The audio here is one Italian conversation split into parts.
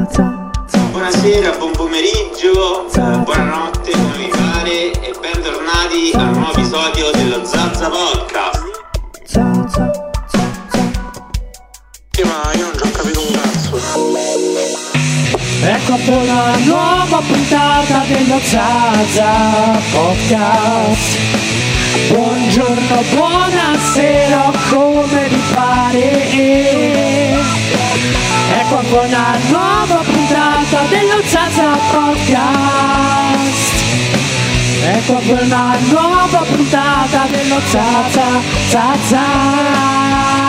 Buonasera, buon pomeriggio, buonanotte, come vi pare, e bentornati a un nuovo episodio dello Zazza Podcast. Ma io non ci ho capito un cazzo. Ecco una nuova puntata dello Zazza Podcast. Buongiorno, buonasera, come vi pare. Ecco una nuova puntata dello Zazza Podcast. Ecco una nuova puntata dello Zazza.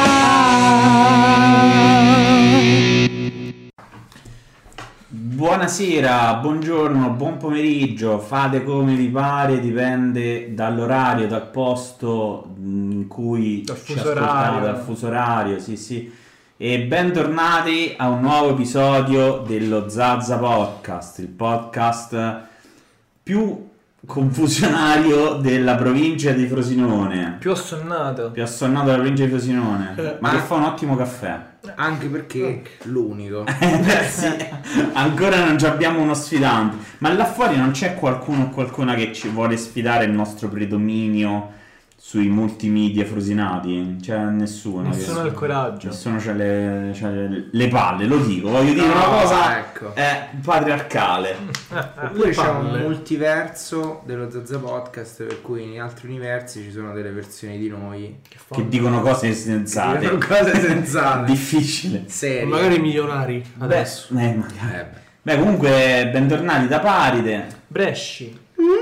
Buonasera, buongiorno, buon pomeriggio, fate come vi pare, dipende dall'orario, dal posto in cui ci ascoltate, dal fuso orario, sì. E bentornati a un nuovo episodio dello Zazza Podcast, il podcast più confusionario della provincia di Frosinone. Più assonnato Della provincia di Frosinone, ma che fa un ottimo caffè. Anche perché l'unico. Sì, ancora non abbiamo uno sfidante, ma là fuori non c'è qualcuno o qualcuna che ci vuole sfidare il nostro predominio sui multimedia frosinati? C'è nessuno ha il coraggio, nessuno c'ha le palle, lo dico, voglio dire una cosa patriarcale. Oppure c'è un multiverso dello Zazza Podcast, per cui in altri universi ci sono delle versioni di noi che dicono cose sensate, difficile, serie, magari milionari adesso. Beh, comunque bentornati da Paride, Bresci,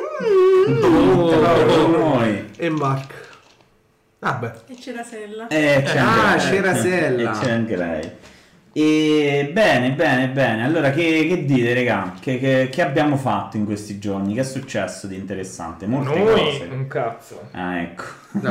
noi e Mark. E Cerasella. Cerasella. E c'è anche lei. E bene. Allora, che dite, raga? Che abbiamo fatto in questi giorni? Che è successo di interessante? Molte cose. Un cazzo. Ah, ecco.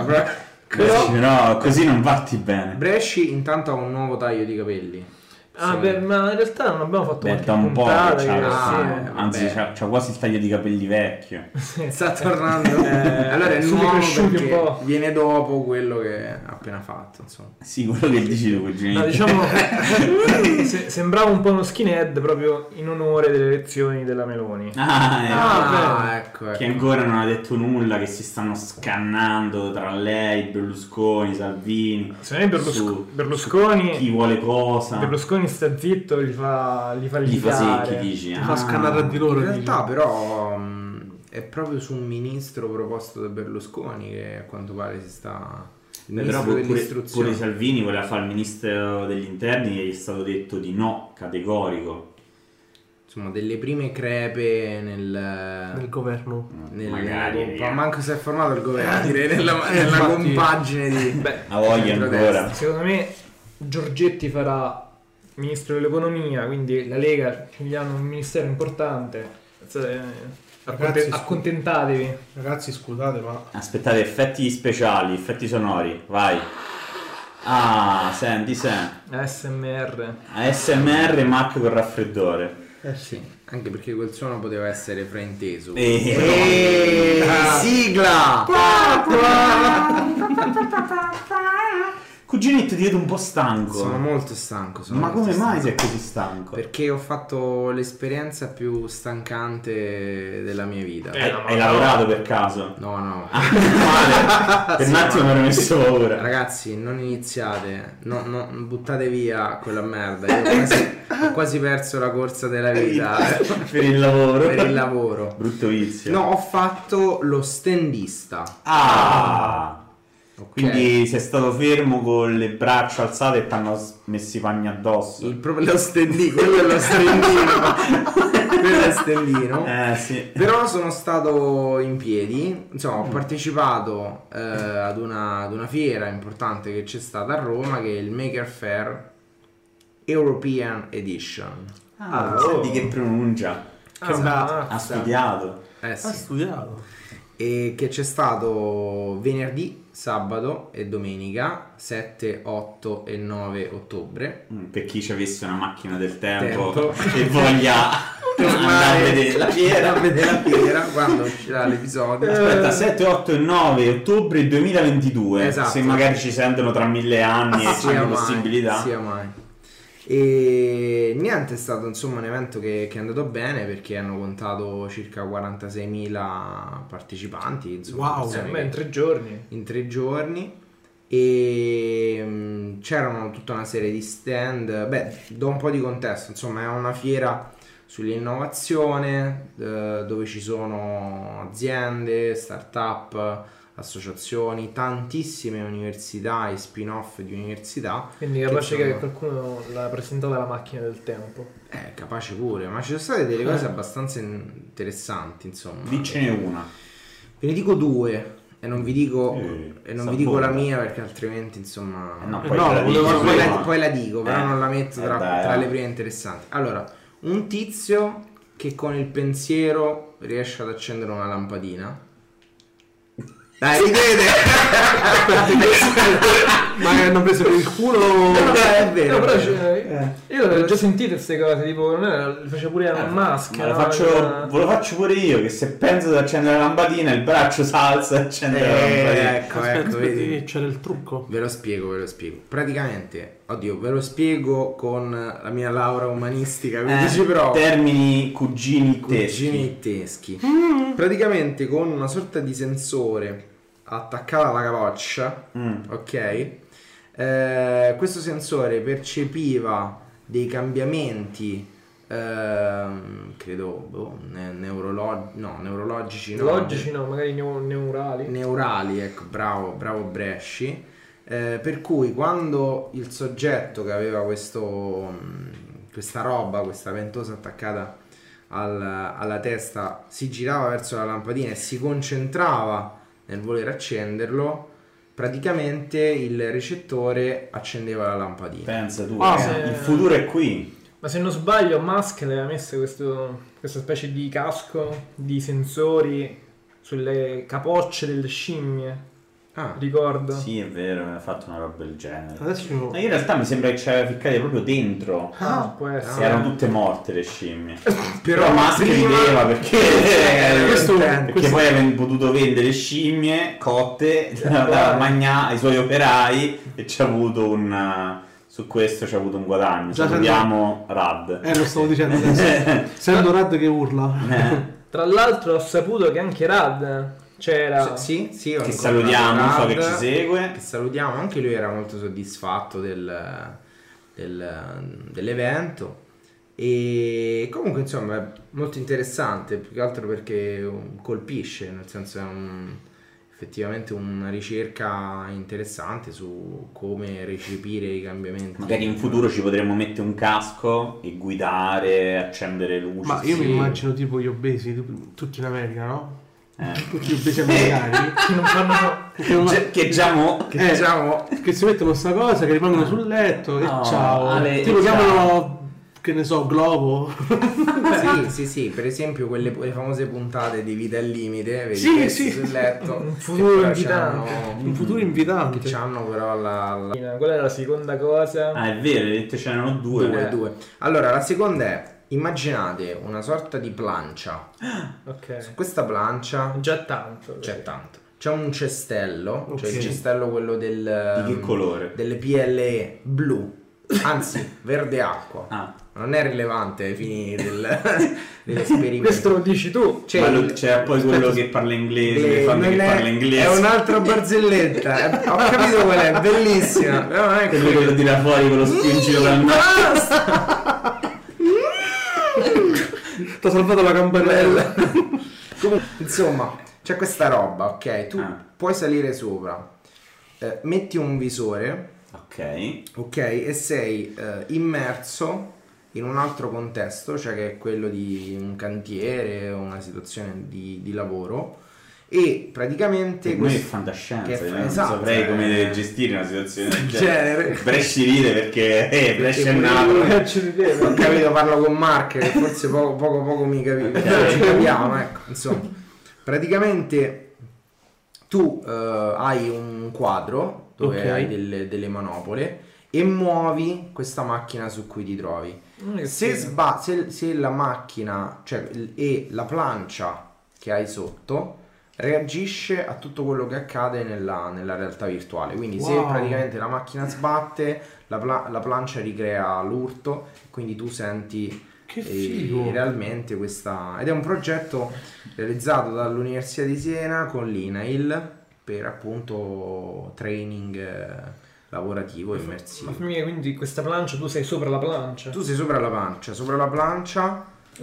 Però così non parti bene. Bresci intanto ha un nuovo taglio di capelli. Ma in realtà non abbiamo fatto qualche da un po' puntata anzi c'ha quasi il taglio di capelli vecchio. Sta tornando. Allora è nuovo cresciuti perché un po'. viene dopo quello che ha appena fatto, insomma. Sì, quello che dici tu, cugino. No, diciamo sembrava un po' uno skinhead proprio in onore delle elezioni della Meloni. Ecco. Che ancora non ha detto nulla, che si stanno scannando tra lei, Berlusconi, Salvini. Secondo me Berlusconi chi vuole cosa. Berlusconi sta zitto, li fa litigare. Secchi, dici. Li fa scannare di loro. In realtà però è proprio su un ministro proposto da Berlusconi che a quanto pare si sta... Il ministro dell'istruzione. Pure Salvini voleva fare il ministro degli interni e gli è stato detto di no, categorico. Insomma, delle prime crepe nel governo. Ma manco si è formato il governo, direi, nella compagine di... La voglia ancora. Secondo me Giorgetti farà ministro dell'economia, quindi la Lega gli hanno un ministero importante. Ragazzi, accontentatevi. Ragazzi, scusate, ma aspettate, effetti speciali, effetti sonori, vai. Senti. ASMR Marco col raffreddore. Sì, anche perché quel suono poteva essere frainteso. Sigla! Cuginetto, ti vedo un po' stanco. Sono molto stanco. Ma come mai sei così stanco? Perché ho fatto l'esperienza più stancante della mia vita. Hai lavorato per caso? No. Per un attimo mi ero messo paura. Ragazzi, non iniziate, buttate via quella merda. Io ho quasi perso la corsa della vita per il lavoro. Brutto vizio. No, ho fatto lo standista. Okay. Quindi sei stato fermo con le braccia alzate e ti hanno messo i panni addosso. Quello è lo stendino. Quello è stendino. Sì. Però sono stato in piedi. Insomma, ho partecipato ad una fiera importante che c'è stata a Roma, che è il Maker Faire European Edition. Senti che pronuncia. Ha studiato. Sì. ha studiato. E che c'è stato venerdì, sabato e domenica 7, 8 e 9 ottobre. Per chi ci avesse una macchina del tempo e voglia andare a vedere la fiera quando uscirà l'episodio. Aspetta, 7, 8 e 9 ottobre 2022. Esatto. Se magari ci sentono tra 1000 anni e c'è possibilità. Sia mai. E niente, è stato insomma un evento che è andato bene perché hanno contato circa 46.000 partecipanti, insomma, Wow, in 3 giorni. in 3 giorni. E c'erano tutta una serie di stand. Beh, do un po' di contesto, insomma è una fiera sull'innovazione dove ci sono aziende, start-up, associazioni, tantissime università e spin-off di università. Quindi capace che qualcuno l'ha presentata la macchina del tempo. Capace pure, ma ci sono state delle cose abbastanza interessanti, insomma. Dicene una. Ve ne dico 2 e non vi dico la mia perché altrimenti insomma poi la dico, però non la metto tra le prime interessanti. Allora, un tizio che con il pensiero riesce ad accendere una lampadina. Dai, ridete! Ma che hanno preso per il culo? No, è vero. No, però io l'avevo già sentito queste cose, tipo non era, le faceva pure Elon Musk. Ma ve lo faccio pure io, che se penso di accendere la lampadina il braccio salza e accende la lampadina. Ecco, vedi? C'era il trucco. Ve lo spiego. Praticamente, ve lo spiego con la mia laurea umanistica, quindi ci provo. Termini cugini teschi. Praticamente con una sorta di sensore attaccata alla capoccia, ok? Questo sensore percepiva dei cambiamenti credo neurologici, logici no, magari neurali, ecco, bravo Bresci, per cui quando il soggetto che aveva questa roba, questa ventosa attaccata alla testa, si girava verso la lampadina e si concentrava nel voler accenderlo, praticamente il recettore accendeva la lampadina. Pensa tu, il futuro è qui. Ma se non sbaglio Musk le ha messo questa specie di casco di sensori sulle capocce delle scimmie. Ricordo. Sì, è vero, mi ha fatto una roba del genere. Adesso ma in realtà mi sembra che ci aveva ficcati proprio dentro. Può essere. Erano tutte morte le scimmie. Però Musk rideva perché questo poi aveva potuto vendere scimmie cotte da mangiare ai suoi operai e c'ha avuto su questo c'ha avuto un guadagno. Salutiamo Rad. Lo stavo dicendo adesso. Sento Rad che urla. Tra l'altro ho saputo che anche Rad c'era. Sì, che salutiamo, so che ci segue. Che salutiamo, anche lui era molto soddisfatto dell'evento. E comunque insomma è molto interessante, più che altro perché colpisce, nel senso è effettivamente una ricerca interessante su come recepire i cambiamenti. Magari in futuro ci potremmo mettere un casco e guidare, accendere luci. Ma io mi immagino tipo gli obesi tutti in America, no? Tutti gli obesi americani che non fanno che si mettono sta cosa, che rimangono sul letto e ciao. Tipo chiamano, che ne so, Globo. sì, per esempio le famose puntate di Vita al Limite, vedi, sì. sul letto, un futuro invitante. Un futuro invitante. Che c'hanno però quella è la seconda cosa. È vero, hai detto ce n'erano due. Allora la seconda è: immaginate una sorta di plancia. Ok. Su questa plancia già tanto. C'è un cestello, cioè il cestello quello di che colore? Delle PLE blu, anzi verde acqua. Non è rilevante ai fini dell'esperimento. Questo lo dici tu. C'è poi quello che parla inglese, parla inglese. È un'altra barzelletta. Ho capito qual è, bellissima. Però non è quello che lo tira fuori con lo spingito dal T'ho salvato la campanella. Comunque, insomma, c'è questa roba, ok? Tu puoi salire sopra, metti un visore, ok, e sei immerso in un altro contesto, cioè che è quello di un cantiere o una situazione di lavoro. E praticamente noi è fantascienza, non saprei come gestire una situazione del genere. Bresci ride perché Bresci è nato. Ho capito, parlo con Mark che forse poco mi capiamo, ecco, insomma. Praticamente tu hai un quadro dove hai delle manopole e muovi questa macchina su cui ti trovi. Se la macchina, cioè e la plancia che hai sotto reagisce a tutto quello che accade nella realtà virtuale. Quindi se praticamente la macchina sbatte, la plancia ricrea l'urto, quindi tu senti realmente questa... Ed è un progetto realizzato dall'Università di Siena con l'INAIL per appunto training lavorativo immersivo. Ma quindi questa plancia, tu sei sopra la plancia? Tu sei sopra la plancia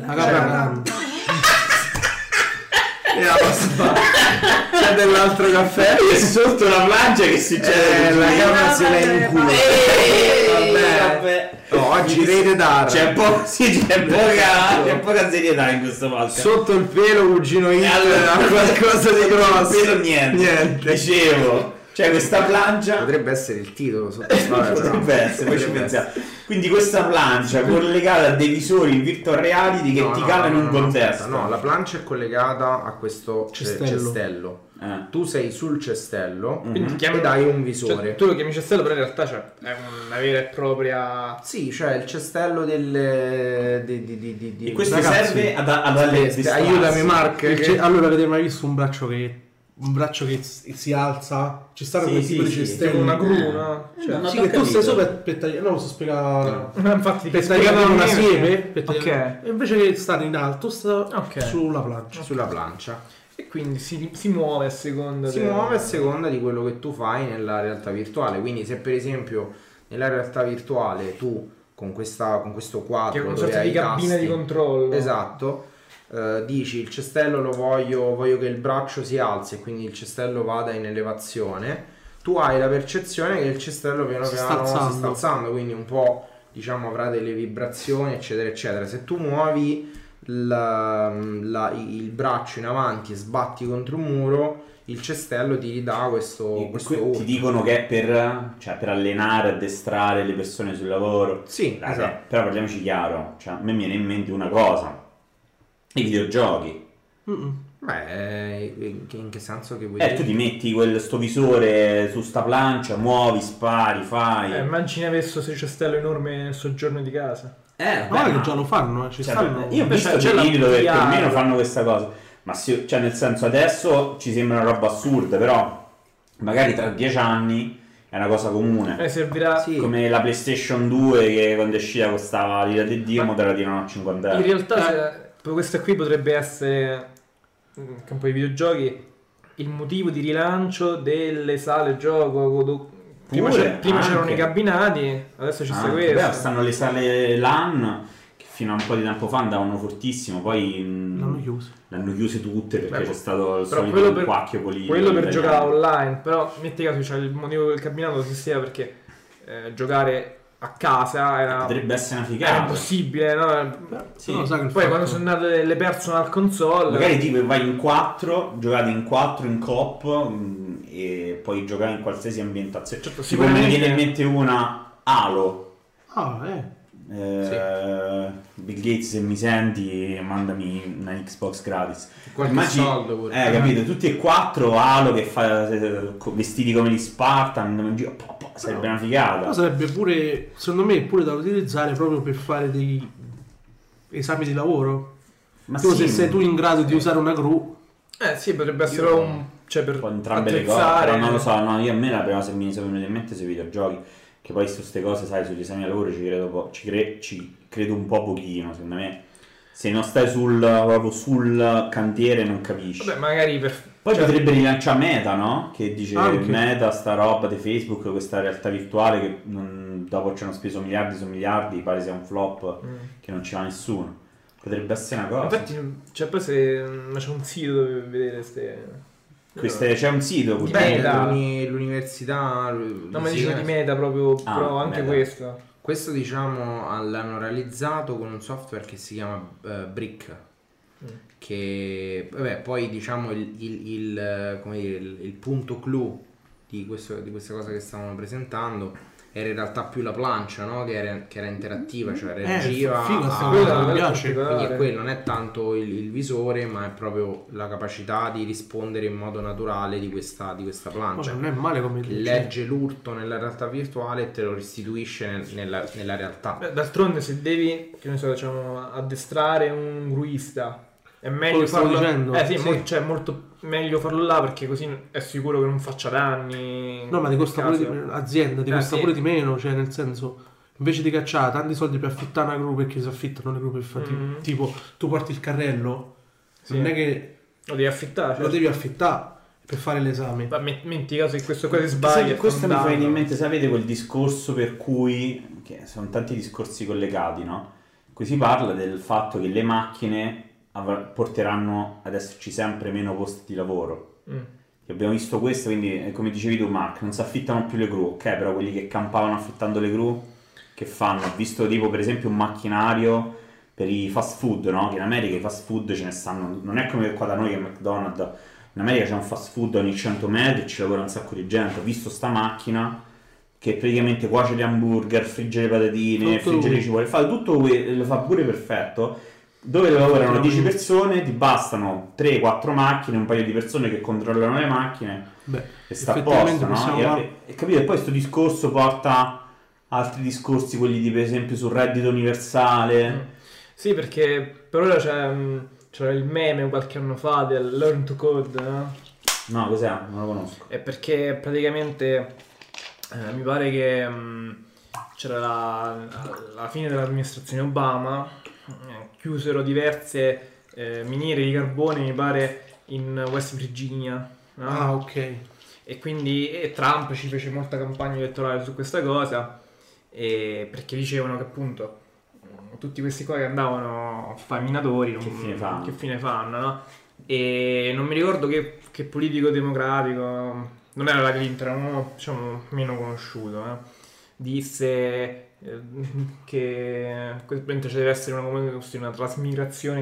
c'è dell'altro caffè e sotto la plancia che succede? La camera se la in culo. Vabbè. No, oggi rete d'art. C'è poca serietà in questo podcast. Sotto il pelo cugino Hitler, qualcosa di grosso. Pelo niente. Dicevo, cioè questa plancia potrebbe essere il titolo potrebbe essere, poi ci pensiamo. Quindi questa plancia è collegata a dei visori virtual reality che ti calano in un contesto. No, la plancia è collegata a questo cestello. Tu sei sul cestello ed hai un visore. Cioè, tu lo chiami cestello, però in realtà è una vera e propria... Sì, cioè il cestello e questo serve ad aiutami Mark. Allora avete mai visto un braccio che si alza? Ci stanno quei tipi di cestelli, una gru, no? Cioè, sì, che tu stai sopra per tagliare, non lo so spiegare. Infatti per tagliare una siepe, e invece che stare in alto sta sulla plancia. E quindi si muove a seconda di quello che tu fai nella realtà virtuale. Quindi se per esempio nella realtà virtuale tu con questo quadro che è una dove sorta hai di cabina di controllo, esatto, dici il cestello lo voglio che il braccio si alzi e quindi il cestello vada in elevazione, tu hai la percezione che il cestello piano piano si sta alzando, quindi un po' diciamo avrà delle vibrazioni eccetera eccetera. Se tu muovi il braccio in avanti e sbatti contro un muro, il cestello ti ridà questo ti dicono che è per allenare, addestrare le persone sul lavoro. Sì, esatto. Però parliamoci chiaro, cioè, a me viene in mente una cosa: i videogiochi. Beh, in che senso che vuoi dire? Tu ti metti sto visore su sta plancia, muovi, spari, fai. Immagina adesso se cestello enorme nel soggiorno di casa. Che già lo fanno, stanno. Io ho visto dei video dove più o meno fanno questa cosa, ma cioè nel senso adesso ci sembra una roba assurda, però magari tra 10 anni è una cosa comune. Servirà come la PlayStation 2 che quando è uscita costava l'ira di Dio, ma te la tirano a 50 euro. In realtà questa qui potrebbe essere, in campo dei videogiochi, il motivo di rilancio delle sale gioco. Prima c'erano i cabinati, adesso ci sta questo. Beh, stanno le sale LAN che fino a un po' di tempo fa andavano fortissimo, poi l'hanno chiuse tutte perché c'è stato il solito quacchio politico. Quello per giocare online, però metti caso c'è il motivo del cabinato esisteva perché giocare a casa potrebbe essere una figata. Era impossibile, no? Sì. Poi quando sono nate le personal console, magari tipo vai in 4, giocate in 4 in coop e poi giocare in qualsiasi ambientazione. Tipo mi viene in mente una Halo. Bill Gates, se mi senti mandami una Xbox gratis. Soldo pure. Capito? Tutti e 4 Halo che fa vestiti come gli Spartan, sarebbe una figata. Però sarebbe pure, secondo me, pure da utilizzare proprio per fare dei esami di lavoro. Ma se sei tu in grado di usare una gru, potrebbe essere per entrambe le cose, però non lo so, a me la prima cosa che mi è venuta in mente sui videogiochi, che poi su queste cose, sai, sugli esami di lavoro ci credo un po' pochino, secondo me. Se non stai proprio sul cantiere non capisci. Vabbè, magari poi potrebbe rilanciare Meta, no? Che dice Meta, sta roba di Facebook, questa realtà virtuale che dopo ci hanno speso miliardi su miliardi, pare sia un flop che non ci va nessuno. Potrebbe essere una cosa. Infatti c'è un sito dove vedere c'è un sito di Meta, l'università. No, ma dicevo di Meta proprio, però anche Meta. Questo diciamo l'hanno realizzato con un software che si chiama Brick, che poi diciamo il punto clou di questa cosa che stavano presentando era in realtà più la plancia, no? che era interattiva, cioè reagiva mi piace. Quindi è quello, non è tanto il visore, ma è proprio la capacità di rispondere in modo naturale di questa plancia. Non è male come legge l'urto nella realtà virtuale e te lo restituisce nella realtà. D'altronde se devi, che ne so, addestrare un gruista è meglio farlo cioè molto meglio farlo là, perché così è sicuro che non faccia danni. No, ma ti costa pure azienda, ti costa pure di meno, cioè nel senso, invece di cacciare tanti soldi per affittare una gru, perché si affittano le gru per tipo tu porti il carrello, non è che lo devi affittare, lo devi affittare per fare l'esame. Ma metti caso che questo qua si sbaglia. Questo mi fa venire in mente, sapete quel discorso per cui, che sono tanti discorsi collegati, no? Qui si parla del fatto che le macchine porteranno ad esserci sempre meno posti di lavoro. Abbiamo visto questo, quindi come dicevi tu Mark, non si affittano più le gru, ok, però quelli che campavano affittando le gru, che fanno? Ho visto tipo per esempio un macchinario per i fast food, no? Che in America i fast food ce ne stanno, non è come qua da noi che McDonald's, in America c'è un fast food ogni 100 metri e ci lavora un sacco di gente. Ho visto sta macchina che praticamente cuoce gli hamburger, frigge le patatine, frigge le cipolle, fa tutto, lo fa pure perfetto. Dove lavorano 10 persone, ti bastano 3-4 macchine, un paio di persone che controllano le macchine e sta a posto, no? E capite, poi questo discorso porta altri discorsi, quelli di per esempio sul reddito universale. Sì, perché per ora c'era il meme qualche anno fa del Learn to Code, no? No, cos'è? Non lo conosco. È perché praticamente mi pare che c'era la fine dell'amministrazione Obama, chiusero diverse miniere di carbone, mi pare, in West Virginia, no? Ah, ok. E quindi Trump ci fece molta campagna elettorale su questa cosa, perché dicevano che appunto tutti questi qua che andavano a fare minatori che fine fanno, no? E non mi ricordo che politico democratico, non era la Clinton, era uno diciamo meno conosciuto, disse che ci deve essere una trasmigrazione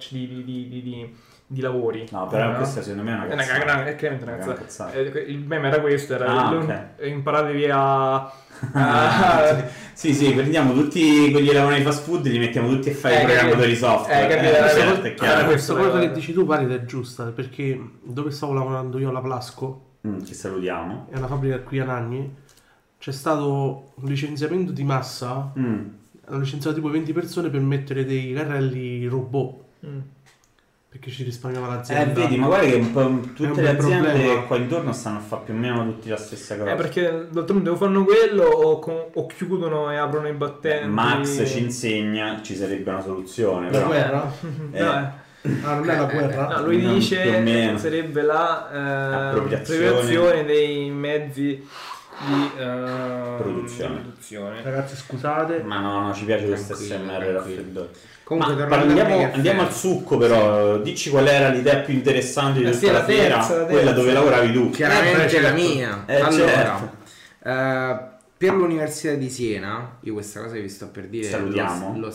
di lavori. No, però questa secondo me è una cazzata. È chiaramente una cazzata. Il meme era questo, imparatevi a... sì, prendiamo tutti quelli che lavorano ai fast food e li mettiamo tutti a fare i programmatori software. Questa cosa che dici tu, Parit, è giusta, perché dove stavo lavorando io alla Plasco, che salutiamo, è una fabbrica qui a Nagni, c'è stato un licenziamento di massa, hanno licenziato tipo 20 persone per mettere dei carrelli robot, perché ci risparmiava l'azienda. Vedi, ma guarda che un po' tutte le aziende qua intorno stanno a fare più o meno tutti la stessa cosa. Perché d'altronde o fanno quello o chiudono e aprono i battenti. Max ci insegna, ci sarebbe una soluzione. La guerra? Non è la guerra? No, lui dice sarebbe la privazione dei mezzi di produzione. Ragazzi, scusate, ma no, ci piace questo SMR raffreddore. Comunque andiamo al succo, però dici qual era l'idea più interessante di tutta la fiera, quella dove lavoravi tu. Chiaramente la mia. Allora, per l'Università di Siena, io questa cosa che vi sto per dire l'ho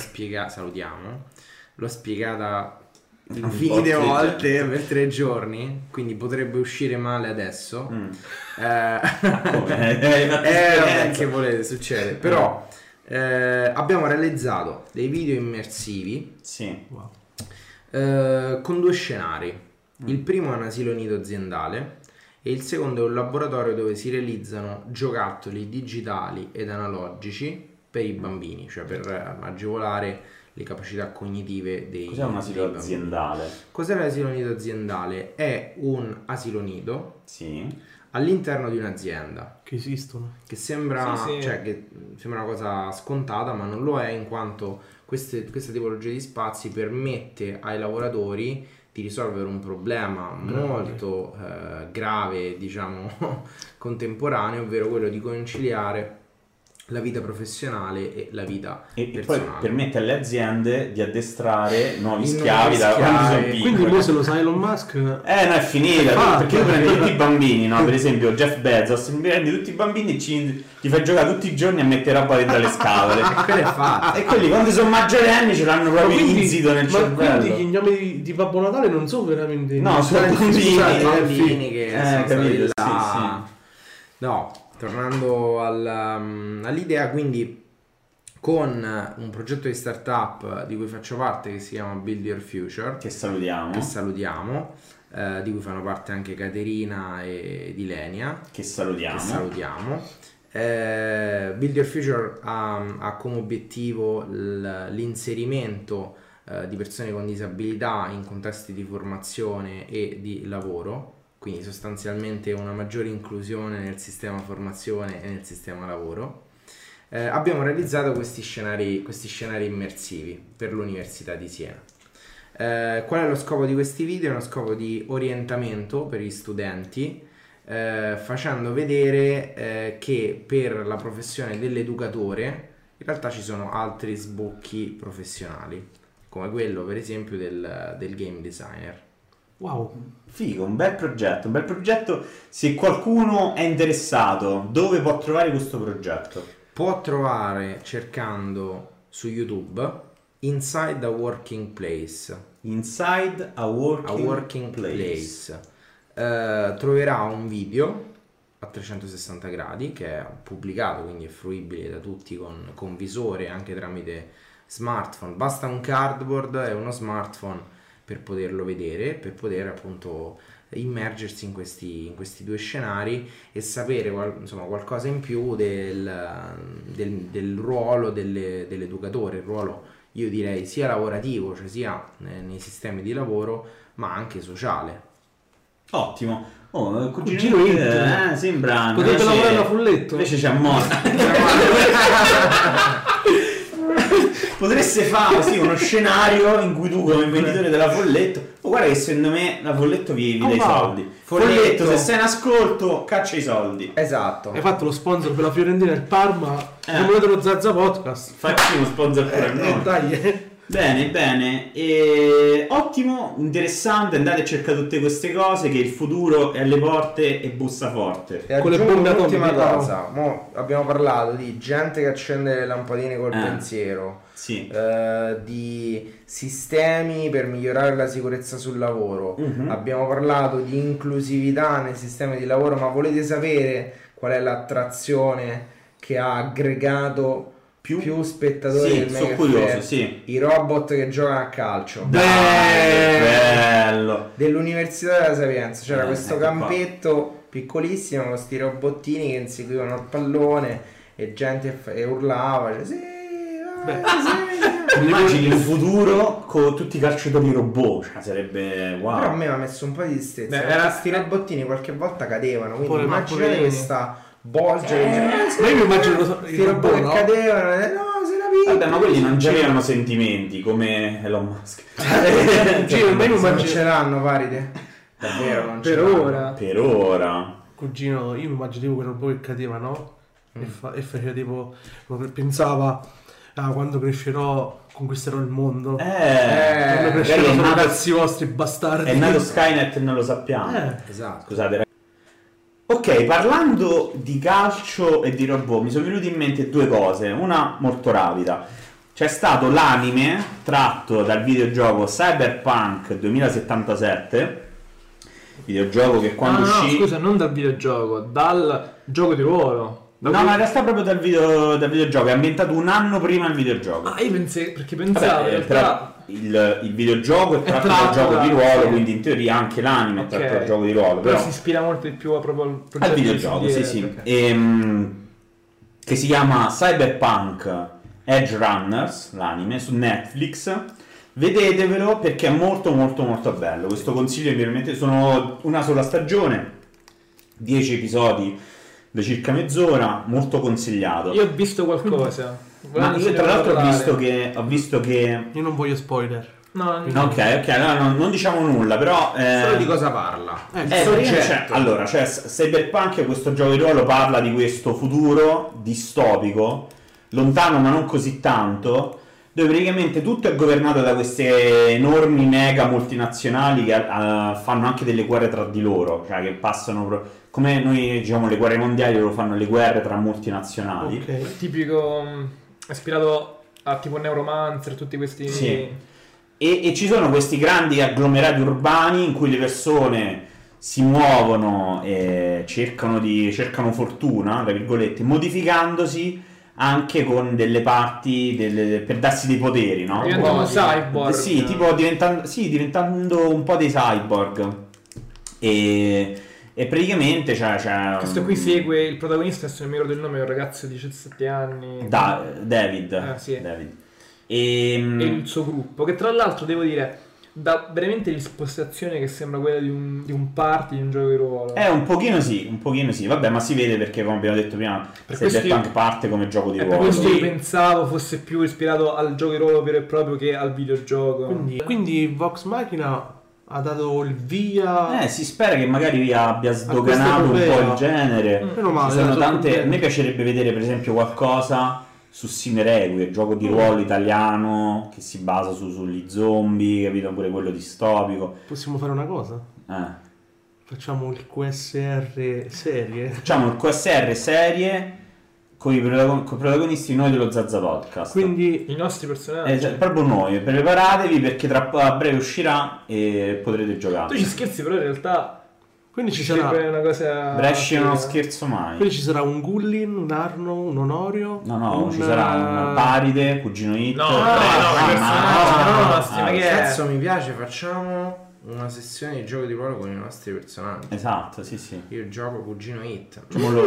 spiegata infinite volte per 3 giorni, quindi potrebbe uscire male adesso. Che volete, succede. Però abbiamo realizzato dei video immersivi con 2 scenari. Il primo è un asilo nido aziendale e il secondo è un laboratorio dove si realizzano giocattoli digitali ed analogici per i bambini, cioè per agevolare le capacità cognitive dei bambini. Cos'è un asilo aziendale? Cos'è l'asilo nido aziendale? È un asilo nido all'interno di un'azienda che esistono, che sembra cioè che sembra una cosa scontata, ma non lo è, in quanto questa tipologia di spazi permette ai lavoratori di risolvere un problema molto grave, diciamo contemporaneo, ovvero quello di conciliare la vita professionale e la vita personale. Poi permette alle aziende di addestrare nuovi schiavi da quando sono piccoli. Quindi voi se lo sa Elon Musk no, è finita, perché tu prendi tutti i bambini, no? Per esempio Jeff Bezos, prendi tutti i bambini e ti fai giocare tutti i giorni a mettere roba dentro le scatole. E quelli quando sono maggiorenni ce l'hanno proprio insito nel cervello. Quindi gli gnomi di Babbo Natale non sono veramente sono bambini che capito, no. Tornando all'idea, quindi con un progetto di startup di cui faccio parte che si chiama Build Your Future, che salutiamo, di cui fanno parte anche Caterina e Dilenia, che salutiamo. Build Your Future ha come obiettivo l'inserimento di persone con disabilità in contesti di formazione e di lavoro, quindi sostanzialmente una maggiore inclusione nel sistema formazione e nel sistema lavoro. Abbiamo realizzato questi scenari immersivi per l'Università di Siena. Qual è lo scopo di questi video? È uno scopo di orientamento per gli studenti, facendo vedere che per la professione dell'educatore in realtà ci sono altri sbocchi professionali, come quello per esempio del game designer. Wow, figo, un bel progetto. Se qualcuno è interessato, dove può trovare questo progetto? Può trovare cercando su YouTube Inside a Working Place. Inside a Working Place. Troverà un video a 360 gradi che è pubblicato, quindi è fruibile da tutti con visore anche tramite smartphone. Basta un cardboard e uno smartphone per poterlo vedere, per poter appunto immergersi in questi due scenari e sapere qualcosa in più del ruolo dell'educatore, il ruolo, io direi, sia lavorativo, cioè sia nei sistemi di lavoro, ma anche sociale. Ottimo. Cugino sembra potete lavorare a Folletto, invece c'è morto. Potreste fare uno scenario in cui tu come venditore della Folletto, guarda che secondo me la Folletto vi dà i soldi. Folletto, se sei in ascolto, caccia i soldi. Esatto. Hai fatto lo sponsor per la Fiorentina e il Parma, volete lo Zazza Podcast, facci uno sponsor pure a noi. Dai. Bene, ottimo, interessante, andate a cercare tutte queste cose, che il futuro è alle porte e bussa forte. E con le bombe atomiche. Cosa, abbiamo parlato di gente che accende le lampadine col pensiero, sì. Di sistemi per migliorare la sicurezza sul lavoro, abbiamo parlato di inclusività nel sistema di lavoro, ma volete sapere qual è l'attrazione che ha aggregato più spettatori del sono curioso, sì. I robot che giocano a calcio. Bello. Dell'Università della Sapienza c'era questo campetto piccolissimo con questi robottini che inseguivano il pallone e gente urlava, cioè, sì. Immagini un futuro con tutti i calciatori robot, cioè sarebbe wow. Però a me mi ha messo un po' di tristezza. Questi robottini qualche volta cadevano, quindi immaginate questa bolgia ma io mi immagino i robot che cadevano, se la picca. Vabbè, ma quelli non avevano sentimenti come Elon Musk. Non ce l'hanno, Paride. Davvero non ce l'hanno. Per ora. Cugino, io mi immagino quel robot che cadeva, no? E faceva tipo, pensava, quando crescerò conquisterò il mondo. Quando crescerò sono ragazzi vostri bastardi. È nato Skynet e non lo sappiamo. Esatto. Scusate. Ok, parlando di calcio e di robot, mi sono venuti in mente due cose, una molto rapida. C'è stato l'anime tratto dal videogioco Cyberpunk 2077, videogioco che quando uscì... No, scusa, non dal videogioco, dal gioco di ruolo. Ma in realtà proprio dal videogioco, è ambientato un anno prima il videogioco. Io pensavo in realtà... Il videogioco è tratto dal gioco di ruolo, quindi in teoria anche l'anime è tratto dal gioco di ruolo. Però si ispira molto di più proprio al videogioco, sì. Okay. Che si chiama Cyberpunk Edge Runners, l'anime, su Netflix. Vedetevelo perché è molto molto molto bello. Questo consiglio veramente, sono una sola stagione, 10 episodi da circa mezz'ora, molto consigliato. Io ho visto qualcosa. Ma io tra l'altro ho visto che io non voglio spoiler. No. Ok, non diciamo nulla, però solo di cosa parla? Allora, Cyberpunk, questo gioco di ruolo, parla di questo futuro distopico, lontano ma non così tanto, dove praticamente tutto è governato da queste enormi mega multinazionali che fanno anche delle guerre tra di loro, cioè che passano come noi diciamo le guerre mondiali, loro fanno le guerre tra multinazionali. Okay. Tipico ispirato a tipo Neuromancer, tutti questi... Sì. E ci sono questi grandi agglomerati urbani in cui le persone si muovono e cercano fortuna, tra virgolette, modificandosi anche con delle parti per darsi dei poteri, no? Diventano cyborg. Sì, tipo diventando un po' dei cyborg. E praticamente c'è questo qui segue il protagonista, se non mi ricordo il nome, è un ragazzo di 17 anni. David. Sì. David. e il suo gruppo, che tra l'altro devo dire dà veramente l'impostazione che sembra quella di un party, di un gioco di ruolo. Un pochino sì, vabbè, ma si vede perché come abbiamo detto prima Cyberpunk parte come gioco di ruolo. Per questo io pensavo fosse più ispirato al gioco di ruolo vero e proprio che al videogioco. Quindi Vox Machina ha dato il via. Si spera che magari abbia sdoganato un po' il genere. Meno male, ci sono tante. A me piacerebbe vedere per esempio qualcosa su Sinerequie, gioco di ruolo italiano che si basa sugli zombie, capito? Pure quello distopico. Possiamo fare una cosa? Facciamo il QSR serie. Facciamo il QSR serie con i protagonisti noi dello Zazza Podcast. Quindi i nostri personaggi. Proprio noi, preparatevi perché a breve uscirà e potrete giocare. Tu ci scherzi, però in realtà quindi ci sarà una cosa. Brescia non scherzo mai. Quindi ci sarà un Gullin, un Arno, un Onorio. No, ci sarà un Paride, Cugino Hit. Cazzo, mi piace, facciamo una sessione di gioco di ruolo con i nostri personaggi. Esatto, sì. Io gioco Cugino Hit.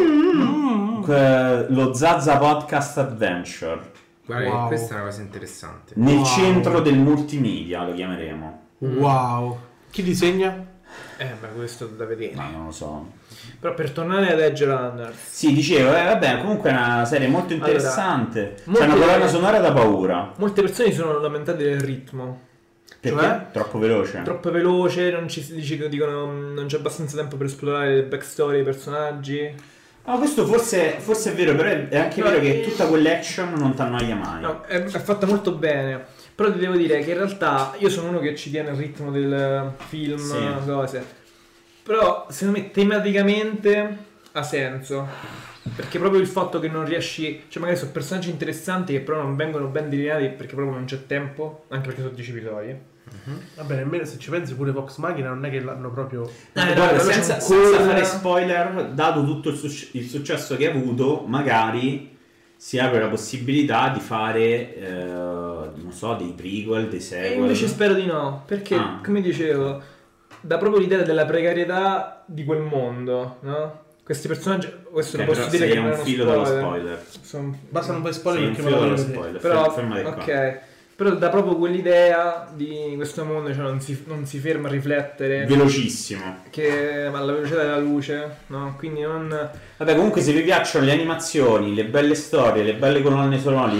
Lo Zazza Podcast Adventure. Guarda, questa è una cosa interessante. Nel centro del multimedia lo chiameremo. Wow. Chi disegna? Ma questo da vedere. Ma non lo so. Però per tornare ad Edge Runners. Sì, dicevo, vabbè, comunque è una serie molto interessante. C'è una colonna sonora da paura. Molte persone si sono lamentate del ritmo. Perché? Cioè? Troppo veloce. Troppo veloce, dicono non c'è abbastanza tempo per esplorare le backstory dei personaggi. No, questo forse è vero, però è anche vero che tutta quell'action non ti annoia mai. No, è fatta molto bene. Però ti devo dire che in realtà io sono uno che ci tiene il ritmo del film, cose. Però secondo me tematicamente ha senso. Perché proprio il fatto che non riesci, cioè magari sono personaggi interessanti che però non vengono ben delineati perché proprio non c'è tempo, anche perché sono 10 episodi. Vabbè, nemmeno se ci pensi pure Vox Machina non è che l'hanno proprio. Senza fare spoiler, dato tutto il successo che ha avuto, magari si apre la possibilità di fare non so, dei prequel, dei sequel. E invece spero di no, perché come dicevo dà proprio l'idea della precarietà di quel mondo, no? Questi personaggi, questo lo posso dire che non è un filo dello spoiler. Basta non fai spoiler perché me lo voglio spoiler. Però ok. Però dà proprio quell'idea di questo mondo, cioè non si ferma a riflettere. Velocissimo. Che alla velocità della luce, no? Quindi non. Vabbè, comunque se vi piacciono le animazioni, le belle storie, le belle colonne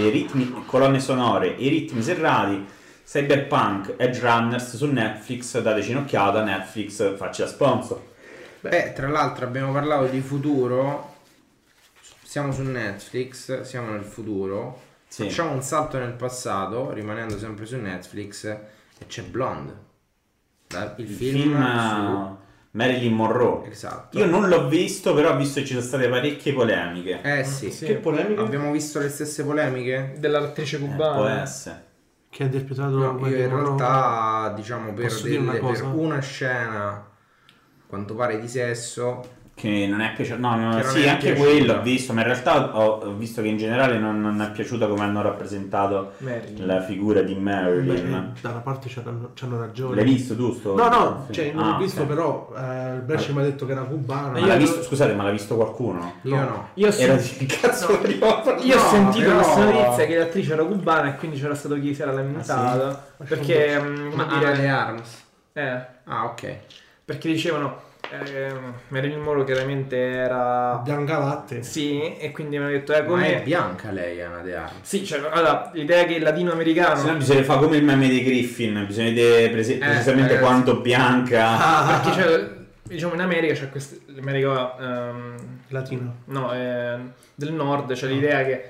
sonore, i ritmi serrati, Cyberpunk, Edge Runners su Netflix, dateci un'occhiata, Netflix faccia sponsor. Tra l'altro abbiamo parlato di futuro, siamo su Netflix, siamo nel futuro. Sì. Facciamo un salto nel passato, rimanendo sempre su Netflix, e c'è Blonde, il film su Marilyn Monroe. Esatto. Io non l'ho visto, però ho visto che ci sono state parecchie polemiche. Sì. Che polemiche? Abbiamo visto le stesse polemiche dell'attrice cubana. Può essere. Che ha interpretato io in realtà, diciamo, per una scena, quanto pare di sesso, che non è piaciuto. Sì, anche quello ho visto, ma in realtà ho visto che in generale non è piaciuta come hanno rappresentato la figura di Marilyn. Da una parte c'hanno ragione. L'hai visto tu? No, cioè non l'ho visto, però il Brescia mi ha detto che era cubano. Ma l'ha visto, scusate, ma l'ha visto qualcuno? Io no. Io ho sentito questa notizia che l'attrice era cubana e quindi c'era stato chi si era lamentato. Perché Ana de Armas. Ok. Perché dicevano Marilyn Monroe chiaramente era bianca latte. Sì, e quindi mi hanno detto come... Ma è bianca lei, Ana de Armas. Sì, cioè, allora, l'idea che il latinoamericano... Se no bisogna fare come il meme dei Griffin, bisogna vedere precisamente quanto bianca. Perché cioè, diciamo in America c'è l'America latino. No, del nord c'è l'idea che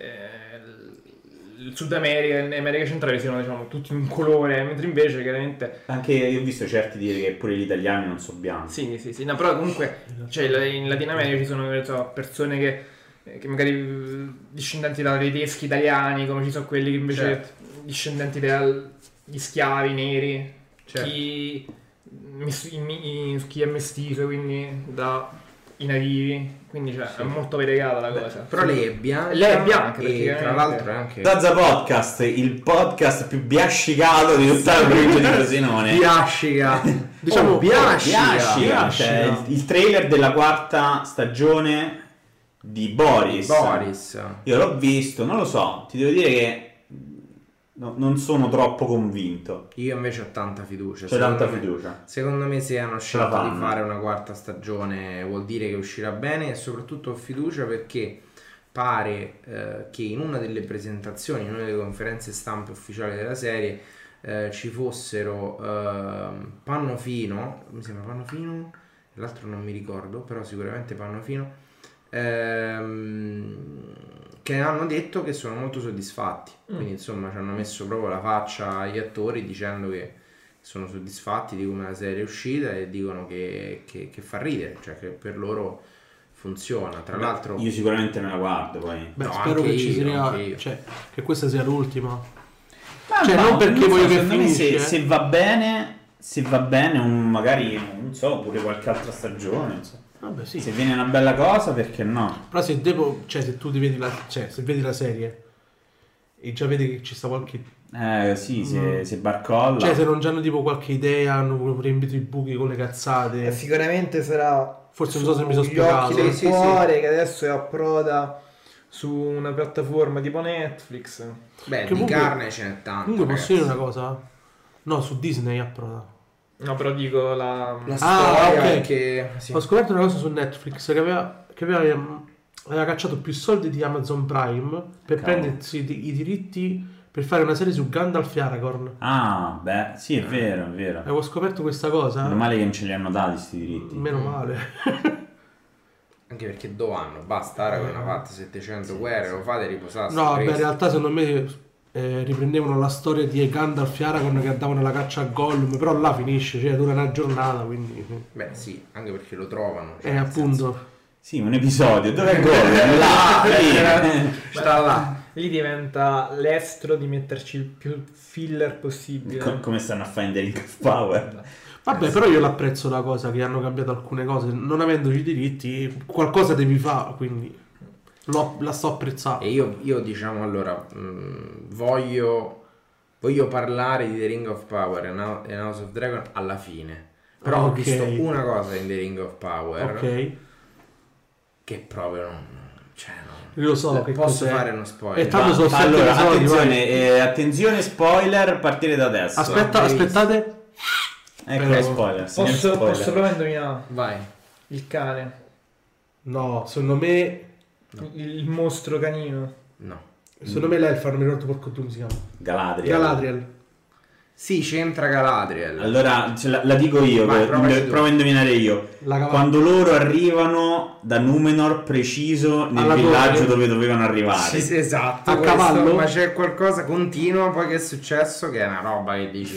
il Sud America e l'America centrale siano, diciamo, tutti un colore, mentre invece chiaramente anche io ho visto certi dire che pure gli italiani non sono bianchi. Sì, no, però comunque cioè, in Latino America ci sono persone che magari discendenti da tedeschi italiani, come ci sono quelli che invece discendenti dagli schiavi neri, chi è mestizo, quindi i nativi. Quindi è molto variegata la cosa. Però lei è bianca. E tra l'altro è anche Zazza Podcast, il podcast più biascicato di tutta la provincia di Frosinone. Biascica. Diciamo biascica. Cioè, il trailer della 4ª stagione di Boris. Boris. Io l'ho visto, non lo so, ti devo dire che non sono troppo convinto. Io invece ho tanta fiducia. C'è tanta fiducia. Secondo me se hanno scelto di fare una quarta stagione vuol dire che uscirà bene, e soprattutto ho fiducia perché pare che in una delle presentazioni, in una delle conferenze stampe ufficiali della serie ci fossero Pannofino, mi sembra Pannofino, l'altro non mi ricordo, però sicuramente Pannofino, che hanno detto che sono molto soddisfatti. Quindi insomma ci hanno messo proprio la faccia agli attori dicendo che sono soddisfatti di come la serie è uscita e dicono che fa ridere, cioè che per loro funziona. Tra l'altro io sicuramente me la guardo poi. Beh, spero che ci sia, cioè, che questa sia l'ultima. Cioè, non perché voglio che finisce. Se va bene, magari non so, pure qualche altra stagione, insomma. Vabbè, sì. Se viene una bella cosa, perché no? Però se tu ti vedi se vedi la serie e già vedi che ci sta qualche se barcolla, cioè se non già hanno tipo qualche idea, hanno riempito i buchi con le cazzate, sicuramente sarà, forse non so se mi sono spiegato, del cuore che adesso è approda su una piattaforma tipo Netflix. Beh, di carne ce n'è tanto. Comunque posso dire una cosa? No, su Disney approda. No, però dico la storia, okay. Che sì. Ho scoperto una cosa su Netflix che aveva cacciato più soldi di Amazon Prime per prendersi i diritti per fare una serie su Gandalf e Aragorn. Ah, beh, sì, è vero, è vero. Avevo scoperto questa cosa. Meno male che non ce li hanno dati sti diritti. Meno male. Anche perché dove hanno? Basta, Aragorn ha fatto 700 guerre, lo fate riposare. No, beh, in realtà secondo me riprendevano la storia di Gandalf e Aragorn che andavano alla caccia a Gollum, però là finisce, cioè dura una giornata, quindi... Beh sì, anche perché lo trovano. Cioè, appunto. Sì, un episodio, dov'è Gollum? Là, sta là. Lì diventa l'estro di metterci il più filler possibile. Come stanno a fare in The Ring of Power. Vabbè, però io l'apprezzo la cosa che hanno cambiato alcune cose, non avendo i diritti qualcosa devi fare, quindi la sto apprezzando. E io diciamo allora voglio parlare di The Ring of Power e House of Dragon alla fine, però ho visto una cosa in The Ring of Power che proprio io lo so che posso fare uno spoiler. Allora attenzione spoiler, partire da adesso. Aspettate. Ecco spoiler. Posso proprio indovinare? Vai. Il cane. No, secondo me il mostro canino. No. Secondo me l'elfa, non mi ricordo come si chiama. Galadriel. Sì, c'entra Galadriel. Allora la dico io. Vai, provo a indovinare io. Quando loro arrivano da Numenor preciso nel villaggio dove dovevano arrivare. Sì, esatto. A cavallo. Ma c'è qualcosa continuo poi che è successo che è una roba che dici.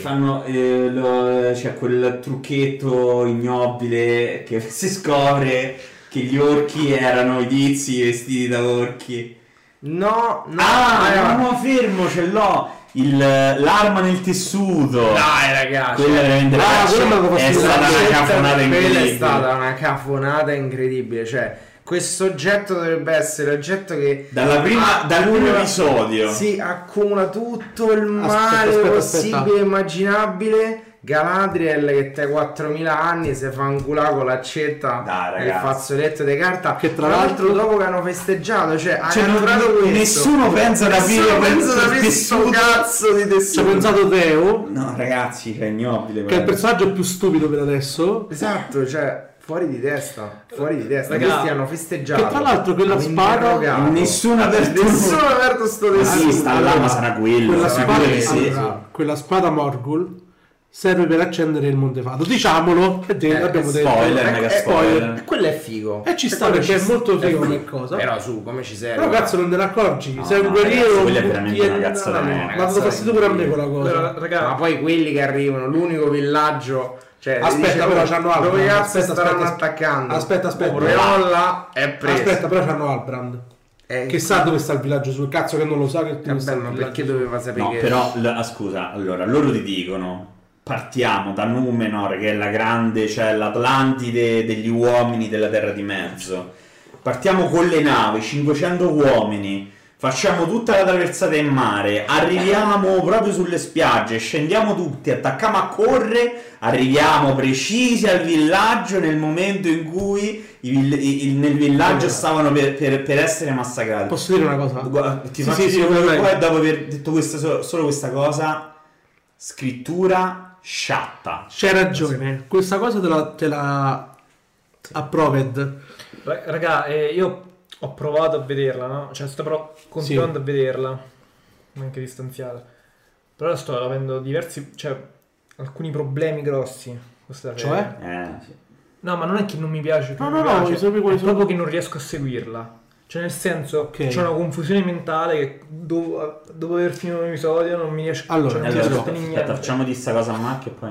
C'è quel trucchetto ignobile che si scopre che gli orchi erano i tizi vestiti da orchi. No. No, fermo, ce l'ho. L'arma nel tessuto. Dai ragazzi, quella veramente è stata una cafonata incredibile. Quella è stata una cafonata incredibile. Cioè, questo oggetto dovrebbe essere l'oggetto che dal primo episodio si accumula tutto il male possibile e immaginabile. Galadriel che te 4.000 anni si fa inculare con l'accetta nel fazzoletto di carta, che tra l'altro dopo che hanno festeggiato, cioè nessuno pensa da questo cazzo di tessuto. Ci ha pensato Teo. No ragazzi, è ignobile, che è il personaggio più stupido per adesso. Esatto, cioè fuori di testa. Questi hanno festeggiato. Che tra l'altro quella spada nessuno ha aperto sto tessuto. Sta là, ma sarà quello. Quella spada Morgul serve per accendere il Montefato, diciamolo, abbiamo detto. Spoiler. Quello è figo. E ci sta perché è molto figo come cosa. Però su, come ci serve? Però cazzo non te ne accorgi, sei un guerriero. Quella è veramente una cazzata. Ma lo fastidio pure a me quella cosa. Ma poi quelli che arrivano, l'unico villaggio. Cioè, aspetta, però c'hanno Albrand. Dove cazzo staranno attaccando? Aspetta. Là è preso. Aspetta, però c'hanno Albrand. Che sa dove sta il villaggio sul cazzo che non lo sa che ma perché doveva sapere? No, però scusa, allora loro ti dicono partiamo da Numenor che è la grande, cioè l'Atlantide degli uomini della Terra di Mezzo. Partiamo con le navi, 500 uomini, facciamo tutta la traversata in mare, arriviamo proprio sulle spiagge, scendiamo tutti, attacchiamo a correre, arriviamo precisi al villaggio nel momento in cui nel villaggio stavano per essere massacrati. Posso dire una cosa? Ti faccio dire poi, dopo aver detto solo questa cosa, scrittura sciatta. C'hai ragione, questa cosa te la approved. Raga, io ho provato a vederla, no? Cioè sto però continuando a vederla, anche distanziata. Però sto avendo alcuni problemi grossi questa serie. Sì. No, ma non è che non mi piace, No, è proprio che non riesco a seguirla. Cioè nel senso, Okay. c'è una confusione mentale che dopo aver finito un episodio non mi riesco Aspetta, facciamo di sta cosa a Marco e poi...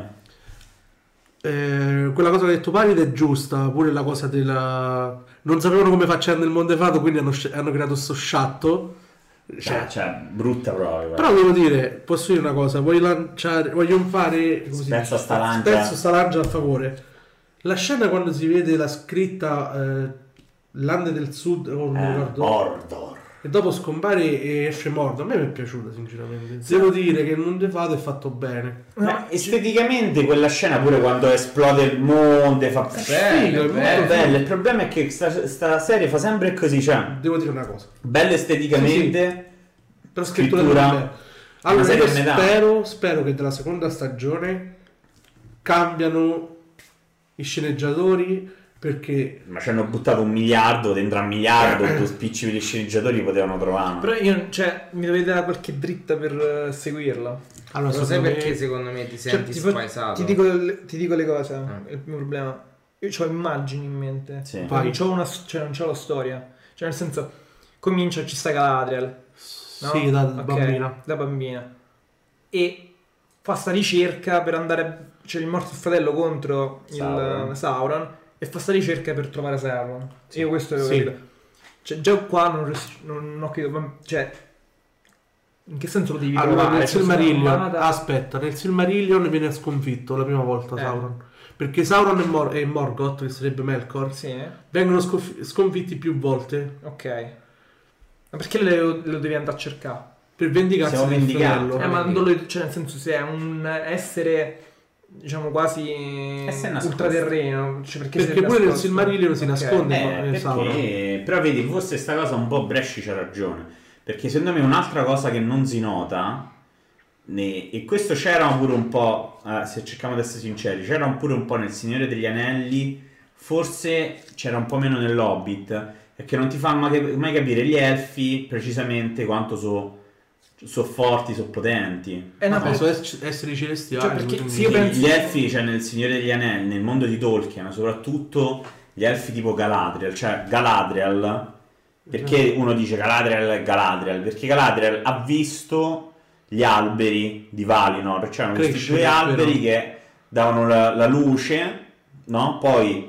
quella cosa che ha detto Parid è giusta, pure la cosa della... non sapevano come facciano nel mondo fato, quindi hanno creato sto sciatto, cioè brutta proprio. però devo dire, posso dire una cosa, voglio fare Spezzo sta lancia a favore. La scena quando si vede la scritta Lande del Sud, non mi ricordo, Mordor, e dopo scompare e esce Mordor, a me mi è piaciuta sinceramente. Devo dire che il mondo fato è fatto bene. ma esteticamente quella scena, pure quando esplode il mondo, fa bello. Il problema è che sta serie fa sempre così, cioè Devo dire una cosa, bella esteticamente, però scrittura. Allora serie io spero che dalla seconda stagione cambiano i sceneggiatori, perché ma ci hanno buttato 1 miliardo dentro a 1 miliardo, 2 spicci per gli sceneggiatori potevano trovare. Però io, mi dovete dare qualche dritta per seguirla. Allora, lo sai perché secondo me ti senti spaesato? Ti dico le cose, il mio problema. Io ho immagini in mente, Sì. non c'ho la storia. Cioè nel senso, comincia, ci sta Galadriel, no? sì, da Okay, bambina. da bambina. E fa sta ricerca per andare... C'è il morto fratello contro il Sauron e fa sta ricerca per trovare Sauron. Sì. Io questo avevo capito. Cioè già qua non ho capito, cioè in che senso lo devi Allora trovare? nel Silmarillion, Cioè, aspetta, nel Silmarillion viene sconfitto la prima volta Sauron, perché Sauron e Morgoth, che sarebbe Melkor, sì, vengono sconfitti più volte ok. Ma perché lo devi andare a cercare? per vendicarsi Siamo del vendicati. fratello. Ma non lo, cioè nel senso, se è un essere diciamo quasi ultraterreno, cioè perché pure nel Silmarillion si nasconde perché... Però vedi, forse sta cosa un po' Bresci c'ha ragione, perché secondo me un'altra cosa che non si nota, e questo c'era pure un po', se cerchiamo di essere sinceri, c'era pure un po' nel Signore degli Anelli, forse c'era un po' meno nell'Hobbit, perché non ti fa mai capire gli elfi precisamente quanto sono forti, sono potenti. Sono esseri celestiali, cioè perché sì, io penso... Gli elfi, cioè nel Signore degli Anelli, nel mondo di Tolkien, soprattutto gli elfi tipo Galadriel, cioè Galadriel, perché uno dice Galadriel, perché Galadriel ha visto gli alberi di Valinor, cioè questi 2 alberi che davano la luce, no? Poi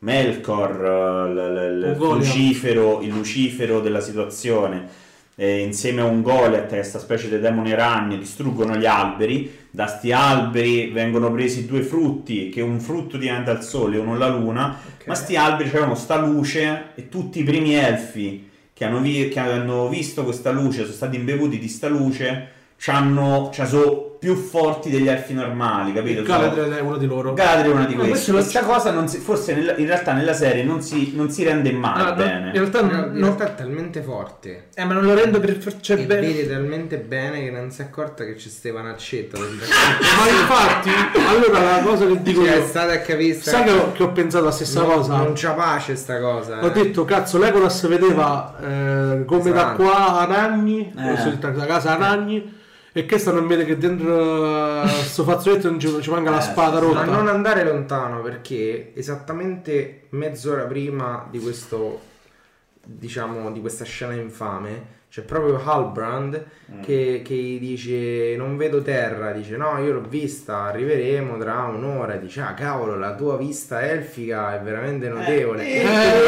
Melkor, il Lucifero della situazione, insieme a un Goliath, questa specie di demone ragno, distruggono gli alberi. Da sti alberi vengono presi 2 frutti, che un frutto diventa il sole e uno la luna, ma sti alberi avevano sta luce, e tutti i primi elfi che hanno visto questa luce, sono stati imbevuti di sta luce, sono più forti degli elfi normali, capito? Galadriel è uno di loro. Galadriel è una di questi. Questa cosa forse in realtà nella serie non si rende mai bene. In realtà è talmente forte. Ma non lo rendo per e vede talmente bene che non si è accorta che c'è Stefano Accetta. Ma infatti, allora la cosa che dico è io, stata a capire. sai che ho pensato la stessa cosa? Non c'ha pace sta cosa. Ho detto, cazzo, Legolas vedeva come da qua a Nagni, da casa a Nagni, e che non vede che dentro sto fazzoletto non ci manca la spada rotta. Ma non andare lontano, perché esattamente mezz'ora prima di questo, diciamo, di questa scena infame, c'è proprio Halbrand che dice non vedo terra, dice no, io l'ho vista, arriveremo tra un'ora, dice ah cavolo, la tua vista elfica è veramente notevole.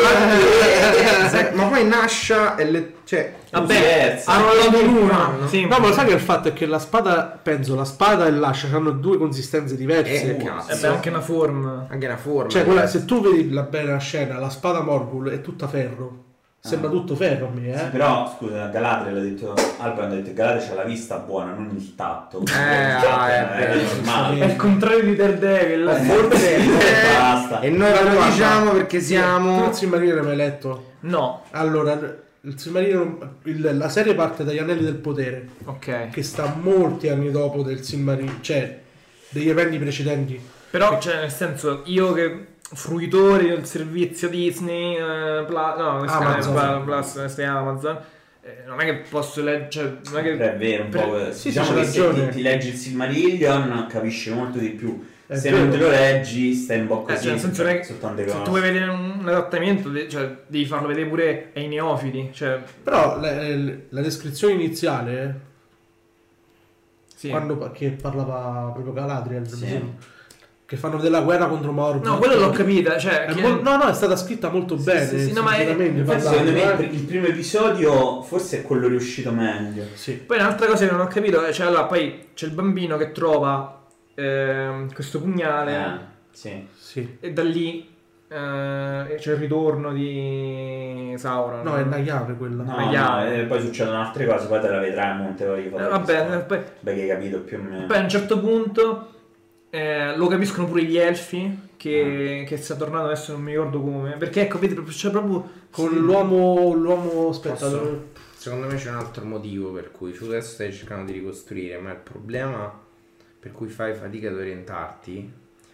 Ma poi Nasha e vabbè, hanno l'una. Sì, no, ma sai che il fatto è che la spada e l'ascia hanno 2 consistenze diverse. Anche una forma. Cioè, se tu vedi bene la scena, la spada Morgul è tutta ferro. Sembra tutto ferro a me, Sì, però scusa, Galadriel ha detto, Alba ha detto Galadriel c'ha la vista buona, non il tatto. È è il contrario di Daredevil. Forse basta. E noi lo diciamo perché siamo. Tu il Silmarillion l'hai mai letto? No. Allora, il Silmarillion, la serie parte dagli Anelli del Potere, Ok. che sta molti anni dopo del Silmarillion, cioè degli eventi precedenti. Però, cioè, nel senso, io che fruitore del servizio Disney, Plus, Amazon, non è che posso leggere, cioè, non è che... È vero, un po'. Sì, Diciamo c'è che ragione. se ti leggi il Silmarillion capisci molto di più. È Se vero. non te lo leggi stai un po' così, cioè, nel senso, non è che su tante se cose. tu vuoi vedere un adattamento, cioè, devi farlo vedere pure ai neofiti, cioè... Però la descrizione iniziale, Sì. che parlava proprio Galadriel, Sì. mi sembra, che fanno della guerra contro Morgoth. No, quello l'ho capita, cioè... È che- no, è stata scritta molto bene. sì, no, ma è- sinceramente, Infatti parlando, secondo me il primo episodio forse è quello riuscito meglio. Sì. Poi un'altra cosa che non ho capito è, cioè, allora, poi c'è il bambino che trova questo pugnale Sì. Sì. e da lì c'è il ritorno di Sauron. No, è una chiave quella. No, e poi succedono altre cose, poi te la vedrai a monte, poi Vabbè, poi che hai capito più o meno. a un certo punto lo capiscono pure gli elfi che sta tornando adesso, non mi ricordo come, perché ecco, vedi, c'è proprio Con l'uomo spettatore. Secondo me c'è un altro motivo per cui tu adesso stai cercando di ricostruire, ma il problema per cui fai fatica ad orientarti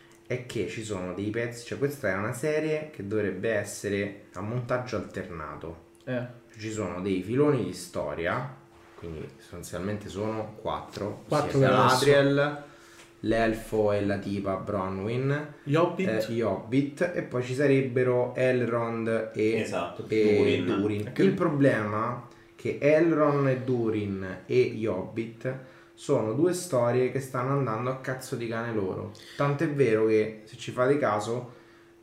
è che ci sono dei pezzi, cioè questa è una serie che dovrebbe essere a montaggio alternato. Ci sono dei filoni di storia, quindi sostanzialmente sono quattro Galadriel, l'elfo e la tipa Bronwyn, Gli Hobbit, e poi ci sarebbero Elrond e Durin. Il problema è che Elrond e Durin e gli Hobbit sono due storie che stanno andando a cazzo di cane loro. Tant'è vero che, se ci fate caso,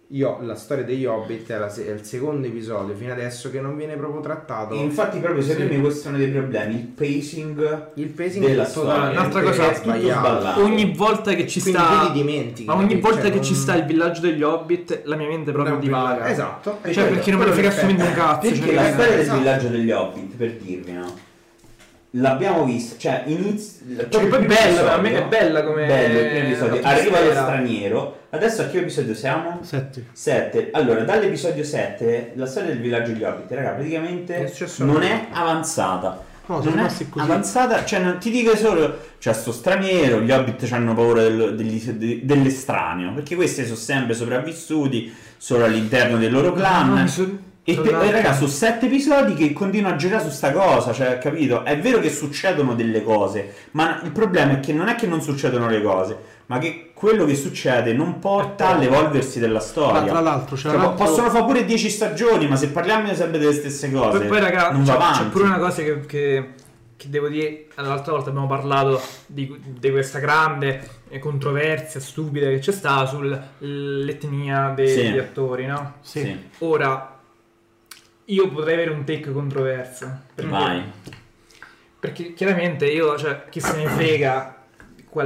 la storia degli Hobbit è il secondo episodio fino adesso che non viene proprio trattato. Infatti proprio secondo me questo è uno dei problemi, il pacing della storia. Un'altra cosa, è sbagliato. ogni volta che ci Quindi sta, tu ti dimentichi, ma ogni volta cioè, che ci sta il villaggio degli Hobbit, la mia mente proprio divaga. Esatto. Cioè, perché non me ne frega assolutamente un cazzo. Perché cioè, la storia del esatto. villaggio degli Hobbit, per dirvi, no? L'abbiamo vista, cioè Cioè, poi è bella, per me è bella come... bello il primo episodio. Arriva lo atmosfera. straniero. Adesso a che episodio siamo? 7. Allora, dall'episodio 7 la storia del villaggio degli Hobbit, raga, praticamente successo non nulla. è avanzata. No, sono Non è rimasti così. avanzata, cioè non ti dico solo c'è sto straniero, gli Hobbit hanno paura dell'estraneo, perché questi sono sempre sopravvissuti solo all'interno del loro clan. E raga, sono 7 episodi che continuano a girare su sta cosa, cioè, capito? È vero che succedono delle cose, ma il problema è che non succedono le cose, ma che quello che succede non porta all'evolversi della storia. Ma tra l'altro c'è Cioè, possono fare pure 10 stagioni, ma se parliamo sempre delle stesse cose, Poi raga, non va avanti. c'è pure una cosa che devo dire, l'altra volta abbiamo parlato di questa grande controversia stupida che c'è stata sull'etnia degli attori, no? Sì. Ora, io potrei avere un take controverso. Vai. Perché chiaramente io, cioè, chi se ne frega qual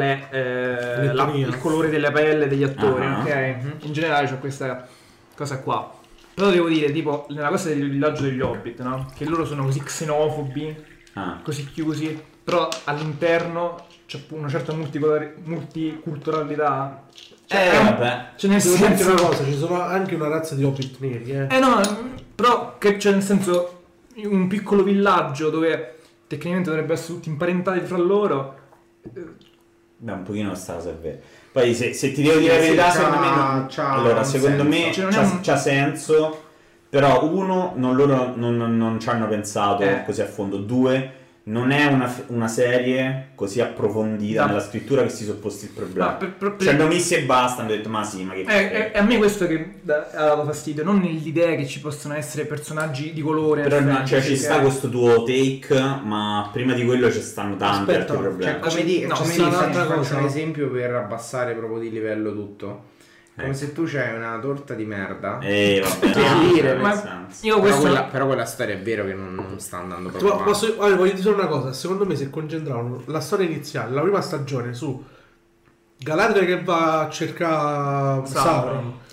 è il colore della pelle degli attori, ok? In generale c'ho questa cosa qua. Però devo dire, tipo, nella cosa del villaggio degli Hobbit, no? Che loro sono così xenofobi, così chiusi, però all'interno c'è una certa multiculturalità. Vabbè. Cioè, nel Devo dirti senso... una cosa, ci sono anche una razza di Hobbit neri, no, però che c'è, nel senso, un piccolo villaggio dove tecnicamente dovrebbero essere tutti imparentati fra loro. Beh, un pochino sta cosa è vera. Poi se ti devo dire la verità, secondo me allora, secondo me c'ha senso, però uno, loro non ci hanno pensato così a fondo. Due, non è una serie così approfondita nella scrittura che si sono posti il problema. Ci hanno messi e basta, hanno detto ma sì, ma che è a me questo che ha dato fastidio, non nell'idea che ci possono essere personaggi di colore. Però ci sta questo tuo take, ma prima di quello ci stanno tanti altri problemi. Faccio un esempio per abbassare proprio di livello tutto. Come se tu c'hai una torta di merda. Però quella storia è vero che non sta andando proprio avanti. Voglio dire una cosa, secondo me se concentravano la storia iniziale, la prima stagione, su Galadriel che va a cercare Sauron,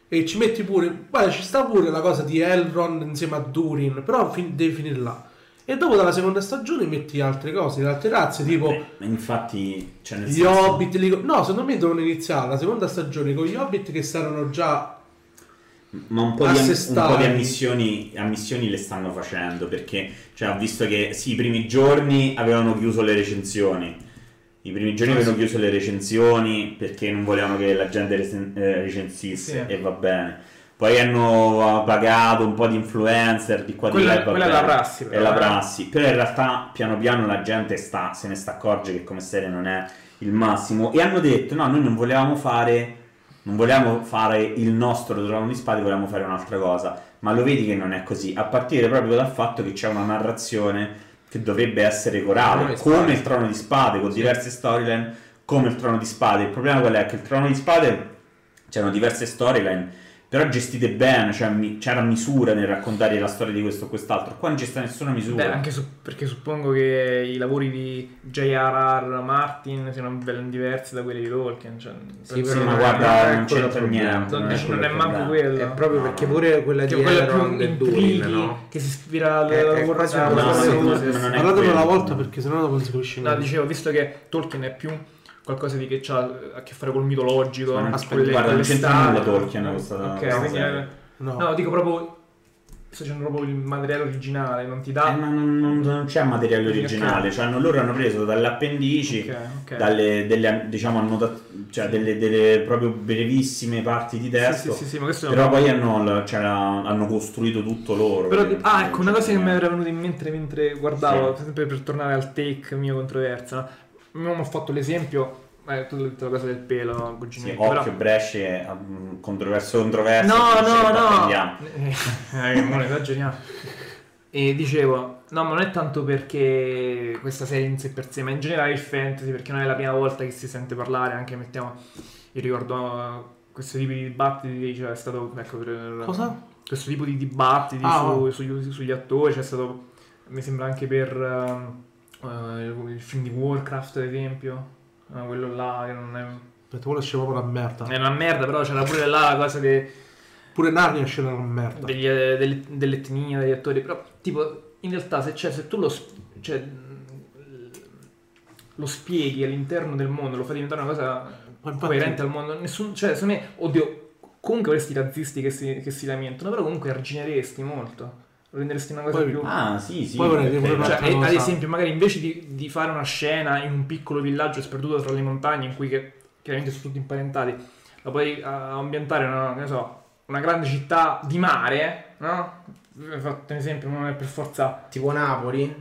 e ci metti pure, guarda, ci sta pure la cosa di Elrond insieme a Durin, però devi finire là. E dopo dalla seconda stagione metti altre cose, le altre razze, tipo infatti c'è nel gli Hobbit. No, secondo me devono iniziare la seconda stagione con gli Hobbit che saranno già un po' di ammissioni le stanno facendo, perché ho visto che sì, i primi giorni avevano chiuso le recensioni. I primi giorni avevano chiuso le recensioni perché non volevano che la gente recensisse, e va bene. Poi hanno pagato un po' di influencer di qua di là, quella è la prassi, però, la prassi. Però in realtà piano piano la gente se ne sta accorge che come serie non è il massimo, e hanno detto no, noi non volevamo fare il nostro Trono di Spade, volevamo fare un'altra cosa. Ma lo vedi che non è così, a partire proprio dal fatto che c'è una narrazione che dovrebbe essere corale, come il Trono di Spade, con diverse storyline, come il Trono di Spade. Il problema qual è? Che il Trono di Spade c'erano diverse storyline, però gestite bene, c'era misura nel raccontare la storia di questo o quest'altro. Qua non c'è stata nessuna misura. Beh, anche perché suppongo che i lavori di J.R.R. Martin siano ben diversi da quelli di Tolkien. Sì, ma guarda, non c'entra niente. Non è manco quello. È proprio perché pure quella di Elrond e Durin, no? Che si ispira alla narrazione. Parlatelo una volta perché sennò non si capisce niente. No, dicevo, visto che Tolkien è più qualcosa di che ha a che fare col mitologico, guarda, non c'entra nulla Tolkien questa ok, no, dico proprio, sto dicendo proprio il materiale originale, non ti dà non c'è materiale originale, loro hanno preso dalle appendici, dalle delle delle proprio brevissime parti di testo, ma questo però poi hanno costruito tutto loro. Però ecco, una cosa che mi era venuta in mente mentre guardavo, sempre per tornare al take mio controverso, no? Non ho fatto l'esempio, tutta la cosa del pelo, occhio, bresce, controverso. No, non esageriamo. E dicevo, no, ma non è tanto perché questa serie in sé per sé, ma in generale il fantasy, perché non è la prima volta che si sente parlare, anche io ricordo questo tipo di dibattiti, è stato, cosa? Questo tipo di dibattiti sugli attori, c'è stato, mi sembra anche per il film di Warcraft ad esempio, quello là che non è, perché quello esce proprio una merda, è una merda, però c'era pure là la cosa che pure Narnia esce una merda dell'etnia degli attori, però tipo in realtà se tu lo spieghi all'interno del mondo, lo fai diventare una cosa coerente al mondo, secondo me, oddio, comunque questi razzisti che si lamentano, però comunque argineresti molto, lo renderesti una cosa più... sì. Ad esempio, magari invece di fare una scena in un piccolo villaggio sperduto tra le montagne in cui chiaramente sono tutti imparentati, la puoi ambientare una grande città di mare, no? Ho fatto un esempio, non è per forza tipo Napoli.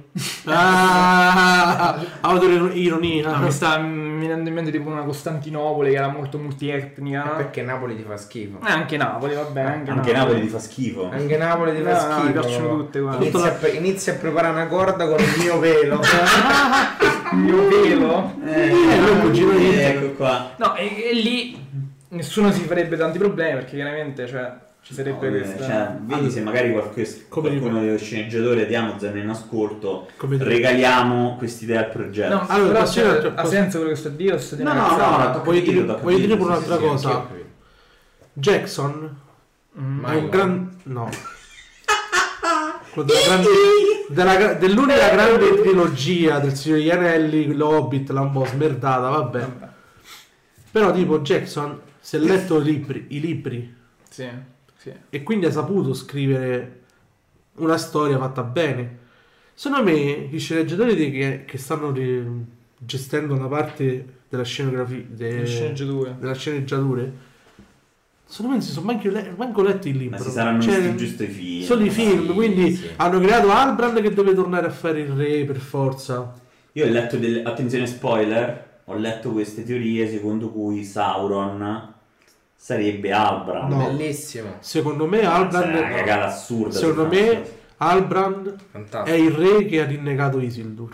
Ironia. Mi sta venendo in mente tipo una Costantinopoli che era molto multietnica, no? Perché Napoli ti fa schifo. Anche Napoli, va bene. Anche Napoli ti fa schifo. Anche Napoli ti fa schifo. Mi piacciono tutte, guarda. Inizia a preparare una corda con il mio pelo. Il mio pelo? Ecco qua. No, e lì nessuno si farebbe tanti problemi, perché chiaramente, ci sarebbe questa. Vedi se magari qualcuno dei sceneggiatori di Amazon in ascolto, regaliamo quest'idea al progetto. No, allora, ha senso quello che sto dicendo? No, voglio dire pure un'altra cosa. Jackson è un gran... No. Dell'unica grande trilogia del Signore degli Anelli, l'Hobbit, l'ha un po' smerdata, vabbè. Però tipo Jackson si è letto i libri. Sì. E quindi ha saputo scrivere una storia fatta bene. Secondo me i sceneggiatori che stanno gestendo una parte della scenografia, della sceneggiatura, secondo me non si sono manco letti il libro. Ma si saranno visti giusto i film. Sono i film, quindi hanno creato Halbrand che deve tornare a fare il re per forza. Io ho letto attenzione spoiler, ho letto queste teorie secondo cui Sauron sarebbe Halbrand. No, bellissimo. Secondo me Halbrand è una cagata assurda. Secondo me Halbrand è il re che ha rinnegato Isildur.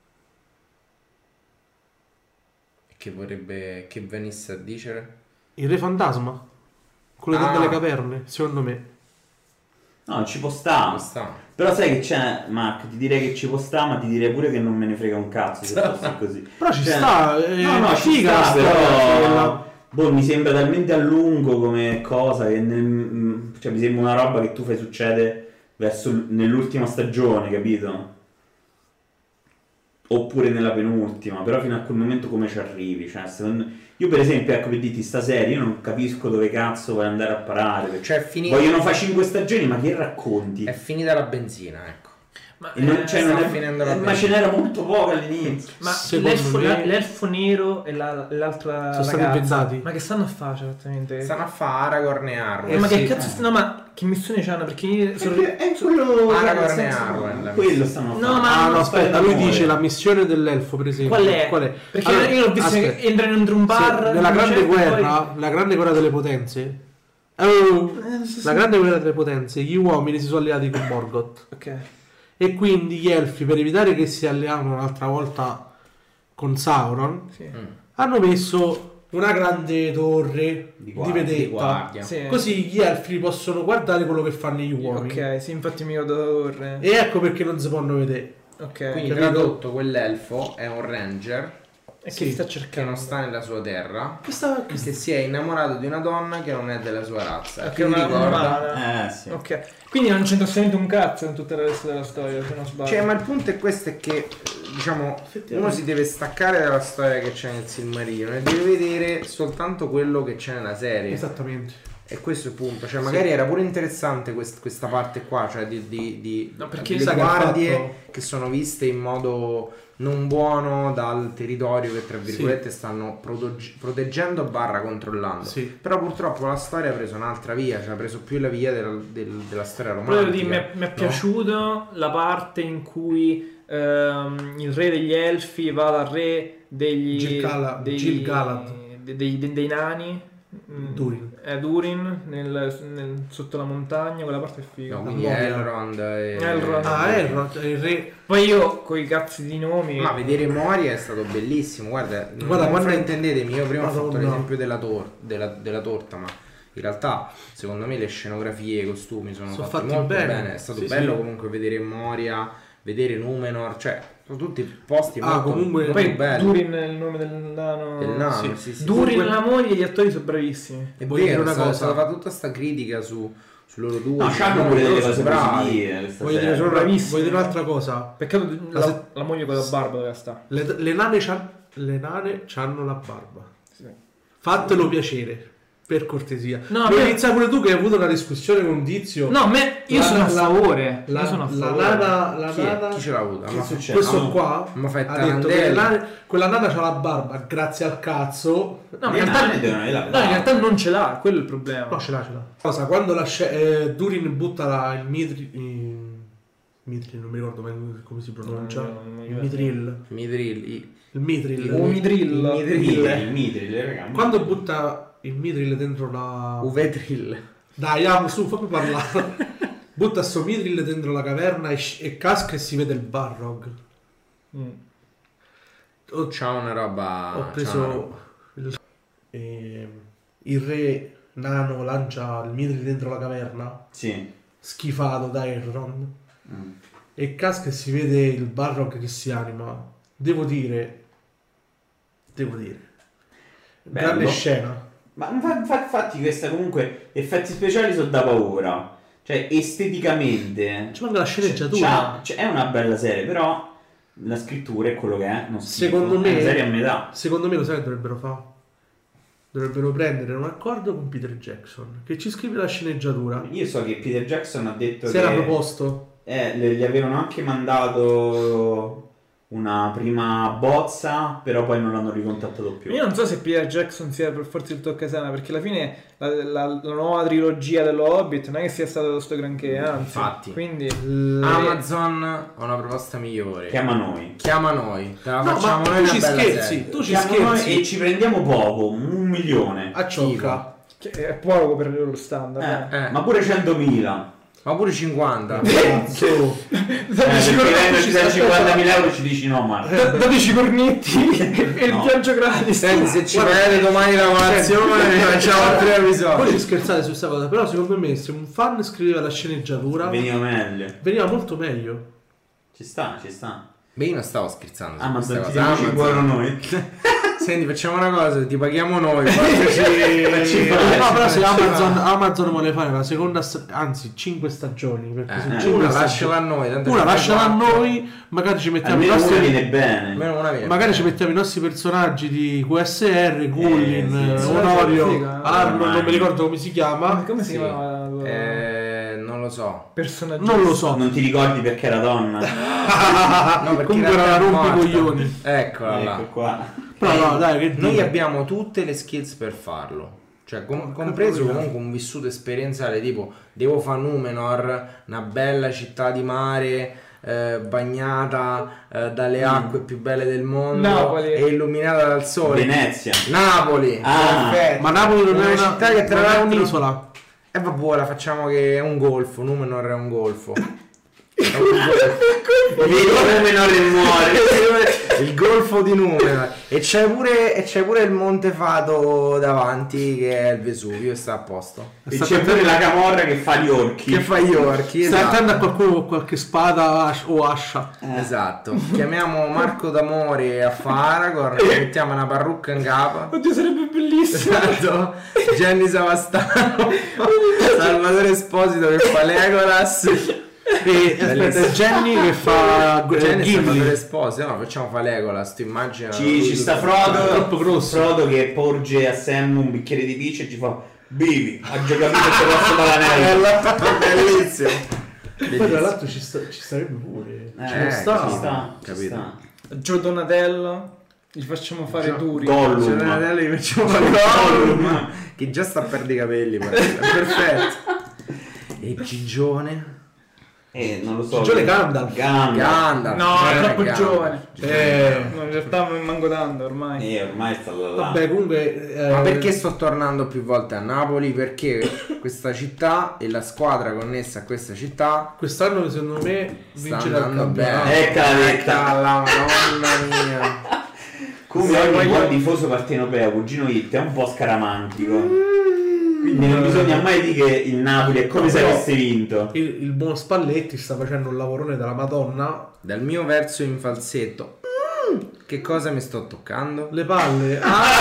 Che venisse a dicere? Il re fantasma? Quello delle caverne, secondo me. No, ci può stare. Però sai che c'è, Mark, ti direi che ci può stare, ma ti direi pure che non me ne frega un cazzo se fosse così. Però ci sta, no, ci sta, però mi sembra talmente a lungo come cosa che cioè, mi sembra una roba che tu fai succede nell'ultima stagione, capito? Oppure nella penultima, però fino a quel momento come ci arrivi? Cioè, io per esempio, ecco, per dirti, sta serie io non capisco dove cazzo vuoi andare a parare. Cioè, vogliono fare 5 stagioni, ma che racconti? È finita la benzina, ecco. Ma ce n'era molto poco all'inizio. Ma l'elfo nero e l'altra sono stati inventati. Ma che stanno a fare esattamente? Stanno a fare Aragorn e Arwen. Ma che cazzo? No, ma che missione c'hanno? Perché è quello Aragorn e Arwen. Quello stanno facendo. No, aspetta, lui dice la missione dell'elfo, per esempio. Qual è? Perché allora, io l'ho visto che entrano dentro un bar. Nella grande guerra, la grande guerra delle potenze. La grande guerra delle potenze, gli uomini si sono alleati con Morgoth. Ok. E quindi gli elfi, per evitare che si alleavano un'altra volta con Sauron, hanno messo una grande torre di vedetta. Sì. Così gli elfi possono guardare quello che fanno gli uomini. Ok, sì, infatti mi ricordo la torre. E ecco perché non si possono vedere. Ok. Quindi tradotto, quell'elfo è un ranger. E che sta cercando? Che non sta nella sua terra. Che si è innamorato di una donna che non è della sua razza. Che una ricorda? Sì. Ok. Quindi non c'entra assolutamente un cazzo in tutto il resto della storia, se non sbaglio. Cioè, ma il punto è questo, è che diciamo uno si deve staccare dalla storia che c'è nel Silmarillion e deve vedere soltanto quello che c'è nella serie. Esattamente. E questo è il punto. Cioè, magari era pure interessante questa parte qua, cioè di le guardie che sono viste in modo non buono dal territorio che tra virgolette stanno proteggendo / controllando. Però purtroppo la storia ha preso un'altra via, cioè ha preso più la via della storia romantica. Mi è piaciuto la parte in cui il re degli elfi va dal re dei nani, Durin sotto la montagna, quella parte è figa. No, quindi Elrond Elrond il re. Poi io coi cazzi di nomi. Ma vedere Moria è stato bellissimo. Guarda non fraintendetemi, io prima ho fatto l'esempio della torta, ma in realtà secondo me le scenografie, i costumi sono fatti molto bene. È stato bello comunque vedere Moria, vedere Numenor, cioè sono tutti posti molto belli. Durin è il nome del nano. Sì. Durin e la moglie, gli attori sono bravissimi. E poi una cosa, stata fatta tutta sta critica su loro due. No, c'hanno pure delle cose positive. Voglio dire un'altra cosa. Peccato la moglie con la barba dove sta. Le nane c'hanno la barba. Sì. Fatelo piacere. Per cortesia. No, inizia pure tu che hai avuto una discussione con un tizio. No, io sono a favore. La nana. Chi ce l'ha avuta? Questo qua ha detto che quella nana c'ha la barba grazie al cazzo. No, in realtà non ce l'ha, quello è il problema. No, ce l'ha. Cosa? Quando Durin butta il Mithril, non mi ricordo mai come si pronuncia. Il Mithril. Quando butta il Mithril dentro la Uvetril. Dai, su, fammi parlare. Butta sto Mithril dentro la caverna e casca e si vede il Balrog. C'ha una roba. Ho preso il re nano lancia il Mithril dentro la caverna. Sì. Schifato da Elrond. E casca e si vede il Balrog che si anima. Devo dire. Grande scena. Ma infatti questa comunque effetti speciali sono da paura. Cioè esteticamente ci manca la sceneggiatura. È una bella serie, però la scrittura è quello che è. Secondo me è una serie a metà. Secondo me lo sai che dovrebbero fare? Dovrebbero prendere un accordo con Peter Jackson che ci scrive la sceneggiatura. Io so che Peter Jackson ha detto si era proposto. Gli avevano anche mandato una prima bozza, però poi non l'hanno ricontattato più. Io non so se Peter Jackson sia per forza il toccasana, perché alla fine la nuova trilogia dello Hobbit non è che sia stato sto granché, anzi. Infatti. Quindi Amazon ha una proposta migliore. Chiama noi. Te la facciamo noi. Tu ci scherzi, noi e ci prendiamo poco, 1 milione. A ciocca. È poco per i loro standard. Ma pure 100.000. Ma pure 50. Perché ci dai 50.000 euro ci dici no, ma 12 cornetti e il viaggio gratis. Senti, se ci vedete domani la colazione facciamo 3 episodi. Poi ci scherzate su questa cosa, però secondo me se un fan scriveva la sceneggiatura veniva molto meglio. Ci sta. Beh, io non stavo scherzando. Ma ti dici buono noi. Senti, facciamo una cosa, ti paghiamo noi. No, però se Amazon vuole fare la seconda, anzi 5 stagioni, perché sono 5 una lasciala a noi. Una lasciala a noi, magari ci mettiamo i nostri. Viene bene. Magari ci mettiamo i nostri personaggi di QSR, Gullin, Onorio, Arnold, non mi ricordo come si chiama. Come si chiama? Non lo so. Personaggio. Non lo so. Non ti ricordi perché era donna? No, perché comunque era la rompicoglioni. Eccola là. Ecco qua. Però no, dai, che noi abbiamo tutte le skills per farlo. Cioè, compreso comunque un vissuto esperienziale, tipo devo fare Numenor, una bella città di mare, bagnata dalle acque più belle del mondo, Napoli. e illuminata dal sole. Venezia. Napoli. Perfetto. Ma Napoli non è una città che tra l'altro è un'isola. E vabbè, la facciamo che è un golfo. Numenor è un golfo. Il golfo di Numenor. E c'è pure il Monte Fato davanti, che è il Vesuvio, e sta a posto. E c'è pure la camorra che fa gli orchi. Stai attento a qualcuno con qualche spada o ascia. Esatto. Chiamiamo Marco D'Amore a Faragor, mettiamo una parrucca in capo. Oddio, sarebbe bellissimo. Esatto. Gianni Savastano, Salvatore Esposito che fa Legolas. E aspetta, Jenny che fa Gimli. Esposito, no, facciamo fa Legolas, tu immagina. Ci sta Frodo, troppo grosso. Frodo che porge a Sam un bicchiere di bici e ci fa bevi, ha già capito che posso dare l'anello. Bellissimo. Poi tra l'altro ci sarebbe pure. Ci sta. Gio Donatello, gli facciamo fare duri. Gollum. Gli facciamo fare Gollum, che già sta a perdere i capelli. Perfetto. E Gigione. Non lo so. Gigione Gandalf. No, è troppo Gandalf. giovane. No, in realtà mi manco tanto ormai. Ormai è stato là. Vabbè, comunque. Ma perché sto tornando più volte a Napoli? Perché questa città e la squadra connessa a questa città quest'anno secondo me vincerà il andando campionato. bene. Eccola, madonna mia. Come ogni buon tifoso partenopeo, Cugino Hit è un po' scaramantico. Quindi non bisogna mai dire che il Napoli è come se avesse vinto. Il buon Spalletti sta facendo un lavorone della Madonna. Dal mio verso in falsetto. Che cosa mi sto toccando? Le palle.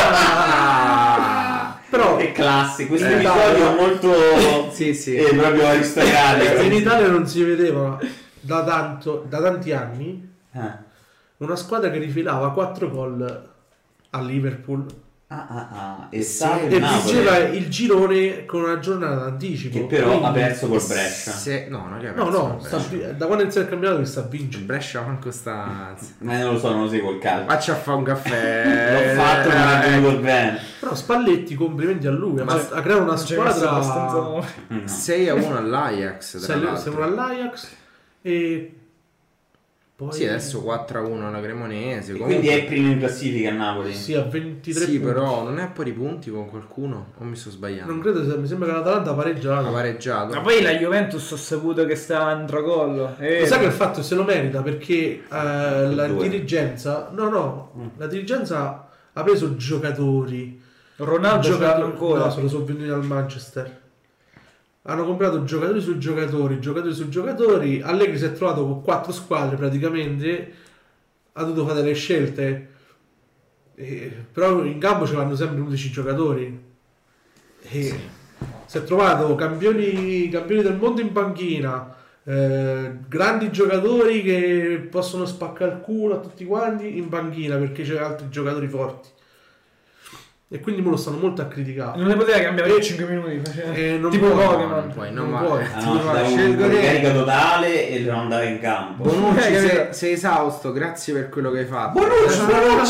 Però è classico. Questo episodio è molto è proprio aristocratico. In Italia non si vedeva da tanti anni una squadra che rifilava 4 gol a Liverpool. E vinceva il girone con una giornata d'anticipo. Che però ha perso col Brescia. Da quando inizia il campionato che sta a vincere. Brescia manco sta. Ma non lo so, non lo seguo il calcio. Faccia a fare un caffè. L'ho fatto, ma è venuto bene. Però Spalletti, complimenti a lui. Ha creato una squadra 6-1 all'Ajax. 6-1 all'Ajax. E poi sì, adesso 4-1 alla Cremonese. Quindi è primo in classifica a Napoli. Sì, a 23 sì, punti. però non è a pari punti con qualcuno? O mi sto sbagliando? Non credo, mi sembra che l'Atalanta ha pareggiato. Ma poi la Juventus ho saputo che sta a tracollo. Lo sai che il fatto se lo merita perché la dirigenza la dirigenza ha preso giocatori. Ronaldo giocato ancora. No, sono venuti dal Manchester. Hanno comprato giocatori su giocatori. Allegri si è trovato con 4 squadre praticamente. Ha dovuto fare delle scelte. Però in campo ce l'hanno sempre 11 giocatori. Si è trovato campioni del mondo in panchina. Grandi giocatori che possono spaccare il culo a tutti quanti in panchina perché c'è altri giocatori forti. E quindi me lo stanno molto a criticare. Non le poteva cambiare per 5 minuti. Tipo Pokémon. Non puoi. Scelgo di carica totale e devo andare in campo. Bonucci, sei esausto, grazie per quello che hai fatto. Bonucci.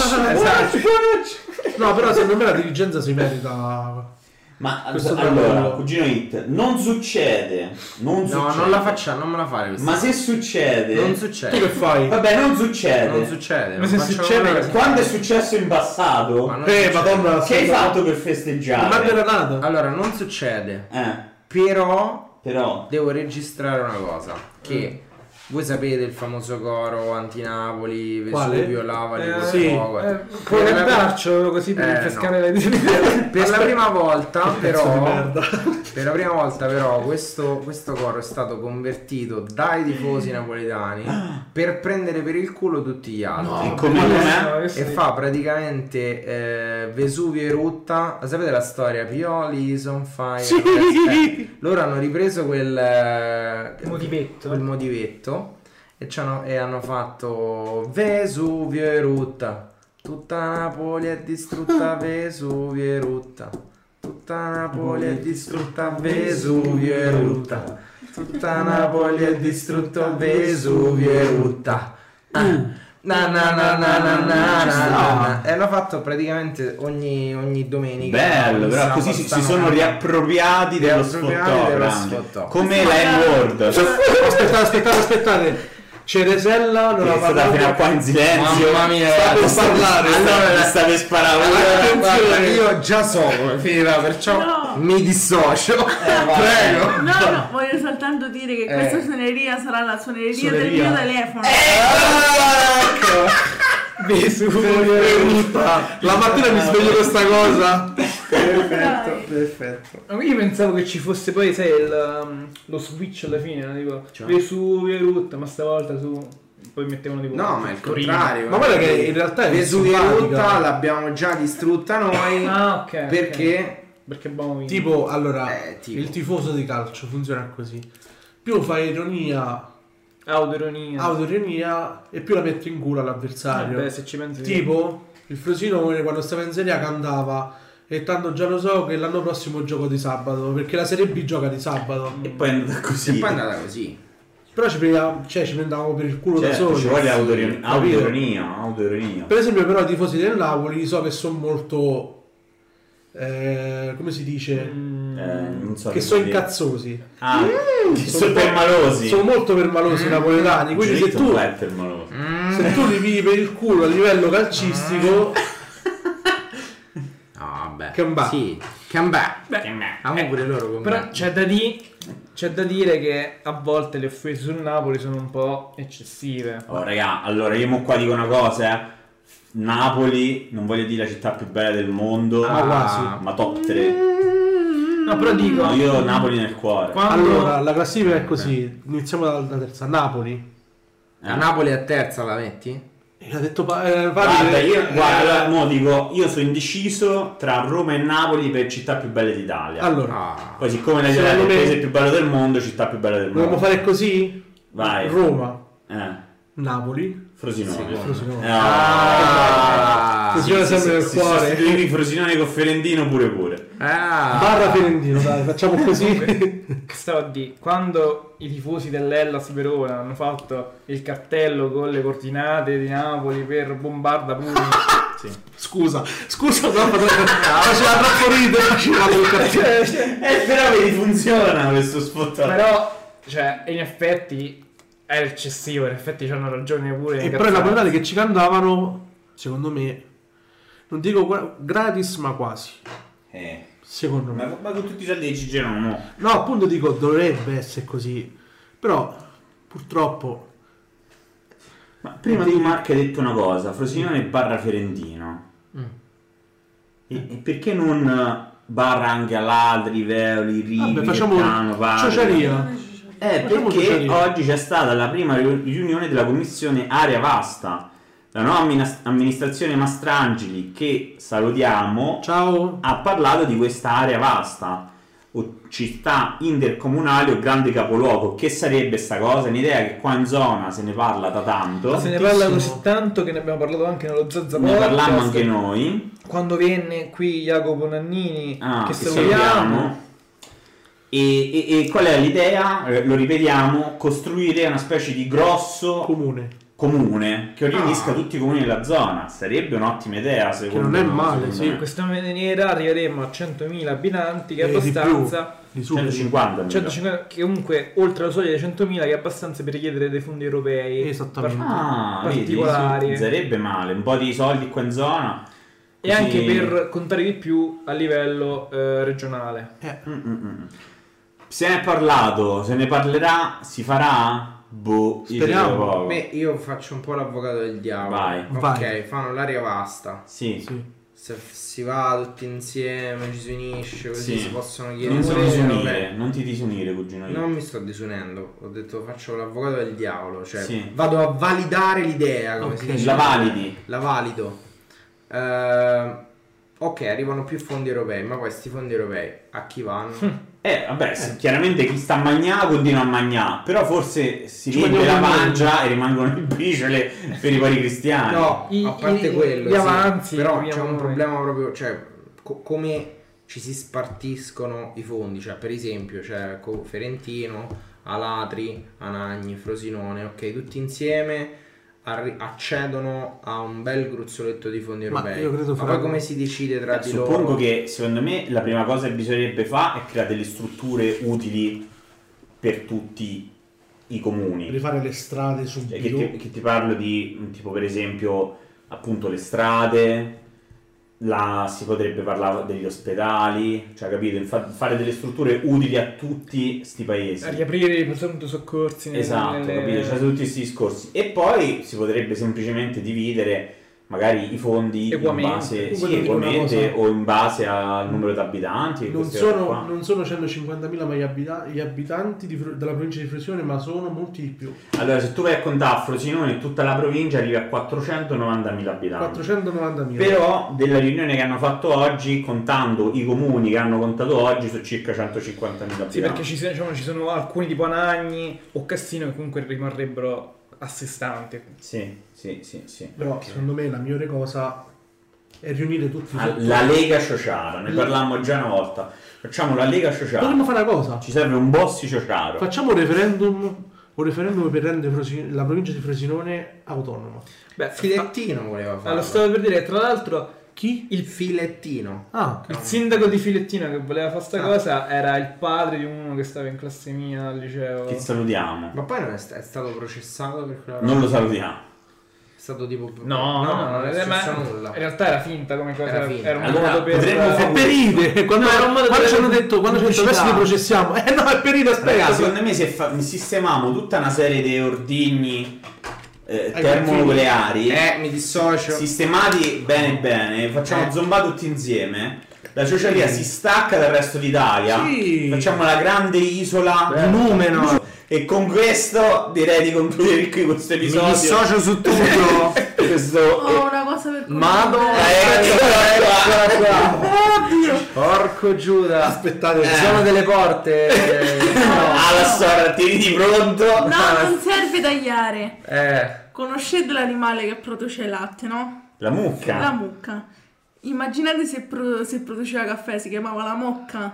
No, però secondo me la dirigenza si merita. Ma allora, Cugino Hit, non succede. No, non la facciamo, non me la fare questa. Ma se succede, non succede. Tu che fai? Vabbè, non succede. Ma se succede, quando è successo in passato, Madonna, che hai fatto per festeggiare? Ma era nata. Allora, non succede. Però devo registrare una cosa che Voi sapete il famoso coro anti-Napoli, Vesuvio, lavali col sì. fuoco. Puoi darcelo così per rinfrescare le idee. Per la prima volta però questo coro è stato convertito dai tifosi napoletani per prendere per il culo tutti gli altri. E fa praticamente Vesuvio erutta. Sapete la storia? Pioli son fire. Sì. Loro hanno ripreso quel motivetto e hanno fatto Vesuvio erutta, tutta Napoli è distrutta, Vesuvio erutta, tutta Napoli è distrutta, Vesuvio erutta, tutta Napoli è distrutta, Vesuvio erutta. E l'ha fatto praticamente ogni domenica. Bello, però così si sono riappropriati dello sfottò. Come la N-word. Aspettate. Ceresella non è stata fino a qua in silenzio. Mamma mia, sta per parlare. Allora sta per sparare. Io già so come finirà, perciò mi dissocio. Prego. No, voglio soltanto dire che questa suoneria sarà la suoneria del mio telefono. La mattina mi sveglio questa cosa. Perfetto. Io pensavo che ci fosse poi, sai, lo switch alla fine, no? Tipo Vesuvio erutta, ma stavolta poi mettevano tipo. No, ma è il contrario. Ma guarda che in realtà è Vesuvio erutta l'abbiamo già distrutta noi. Ah, ok. Perché abbiamo vinto. Tipo, allora, il tifoso di calcio funziona così. Più fai ironia, autoironia e più la metti in culo all'avversario. Se ci pensi. Tipo, il Frosinone quando stava in Serie A cantava e tanto già lo so che l'anno prossimo gioco di sabato, perché la Serie B gioca di sabato. E poi è andata così. Però ci prendavamo per il culo da soli. Ci vuole autoironia. Per esempio, però i tifosi del Napoli so che sono molto come si dice? Non so che sono incazzosi. Che sono permalosi. Sono molto permalosi i napoletani. Quindi se tu li vivi per il culo a livello calcistico, pure loro. Però c'è da dire che a volte le offese sul Napoli sono un po' eccessive. Oh raga, allora io mo qua dico una cosa, Napoli, non voglio dire la città più bella del mondo, ma top 3. No, però dico, no, io Napoli nel cuore. Allora, la classifica è così. Iniziamo dalla terza. Napoli. A Napoli a terza la metti? Ha detto guarda, mo dico, io sono indeciso tra Roma e Napoli per città più belle d'Italia. Allora, poi siccome l'hai detto il paese più bello del mondo, città più bella del mondo. Dobbiamo fare così? Vai. Roma. Napoli. Frosinone. Frosinone sempre nel cuore. Quindi Frosinone con Ferentino pure. Barra Ferentino, dai, facciamo così. Stavo a dire, quando i tifosi dell'Hellas Verona hanno fatto il cartello con le coordinate di Napoli per Bombarda Pugni. Sì. Scusa, no, faceva troppo ridere, faceva il cartello. Però vedi, funziona questo spot. Però, cioè, in effetti è eccessivo, in effetti c'hanno ragione pure. E però i napoletani che ci cantavano, secondo me, non dico gratis, ma quasi. Secondo me. Ma con tutti i soldi di Cigeno no. No, appunto dico, dovrebbe essere così. Però, purtroppo... Ma prima tu, Mark, hai detto una cosa, Frosinone barra Ferentino. E perché non barra anche Aladri, Veoli, Rivi, facciamo ciociaria. Perché oggi c'è stata la prima riunione della commissione Area Vasta. La nuova amministrazione Mastrangeli, che salutiamo, ciao, ha parlato di questa area vasta, o città intercomunale o grande capoluogo. Che sarebbe sta cosa? Un'idea che qua in zona se ne parla da tanto. Se ne parla così tanto che ne abbiamo parlato anche nello Zazza Ne parlammo anche noi. Quando venne qui Jacopo Nannini, che salutiamo. E qual è l'idea? Lo ripetiamo: costruire una specie di grosso comune che riunisca tutti i comuni della zona. Sarebbe un'ottima idea, secondo me. Che non è male, sì. In questa maniera arriveremo a 100.000 abitanti, che è abbastanza. 150, che comunque oltre la soglia dei 100.000, che è abbastanza per richiedere dei fondi europei particolari. Vedi, sarebbe male, un po' di soldi qua in zona. E anche per contare di più a livello regionale. Se ne è parlato, se ne parlerà, si farà? boh, speriamo. Io faccio un po' l'avvocato del diavolo. Vai. Fanno l'aria vasta. Sì. Se si va tutti insieme, ci si unisce, così si possono chiedere. Non ti disunire, cugino. Non mi sto disunendo, ho detto faccio l'avvocato del diavolo, cioè vado a validare l'idea, come si dice. La valido. Ok, arrivano più fondi europei, ma questi fondi europei a chi vanno? Chiaramente chi sta a mangiare continua a mangiare, però forse si riempie la pancia e rimangono in briciole per i pori cristiani. No, a parte quello, gli avanzi, però c'è un problema proprio, cioè come ci si spartiscono i fondi, cioè per esempio c'è Ferentino, Alatri, Anagni, Frosinone, ok, tutti insieme accedono a un bel gruzzoletto di fondi europei. Ma poi come si decide tra di loro? Suppongo che secondo me la prima cosa che bisognerebbe fare è creare delle strutture utili per tutti i comuni. Rifare le strade subito. Che ti parlo di tipo per esempio appunto le strade, si potrebbe parlare degli ospedali, cioè capito, fare delle strutture utili a tutti sti paesi, a riaprire i pronto soccorsi capito, cioè tutti questi discorsi, e poi si potrebbe semplicemente dividere magari i fondi equamente o in base al numero di abitanti. Non sono 150.000 ma gli abitanti della provincia di Frosinone, ma sono molti di più. Allora se tu vai a contare Frosinone, tutta la provincia arriva a 490.000 abitanti. 490.000. Però della riunione che hanno fatto oggi, contando i comuni che hanno contato oggi, sono circa 150.000 abitanti. Sì, perché ci sono alcuni tipo Anagni o Cassino che comunque rimarrebbero a sé stanti. Sì. Però secondo me la migliore cosa è riunire tutti la Lega Sociale. Ne parlammo già una volta. Facciamo la Lega Sociale. Potremmo fare una cosa. Ci serve un boss sociale. Facciamo un referendum per rendere la provincia di Frosinone autonoma. Filettino voleva fare. Allora stavo per dire, tra l'altro, chi? Il Filettino. Il sindaco di Filettino che voleva fare sta cosa era il padre di uno che stava in classe mia al liceo. Che salutiamo. Ma poi non è stato processato per quella Non lo salutiamo. È stato tipo no, non è nulla. In realtà era finta come cosa. Era un modo per ride. Quando ci hanno detto adesso li processiamo. No, è per ride, aspetta. Ragazzi, secondo me se sistemiamo tutta una serie di ordigni termonucleari, mi dissocio, sistemati bene, facciamo zombare tutti insieme, la Ciociaria si stacca dal resto d'Italia, facciamo la grande isola Numeno, e con questo direi di concludere qui questo episodio. Mi dissocio su tutto. Una cosa per Oddio, porco Giuda, aspettate, sono delle porte. Alla storia, tieni pronto. No, non serve tagliare. Conoscete l'animale che produce latte, no? La mucca. La mucca. Immaginate se produceva caffè, si chiamava la mocca.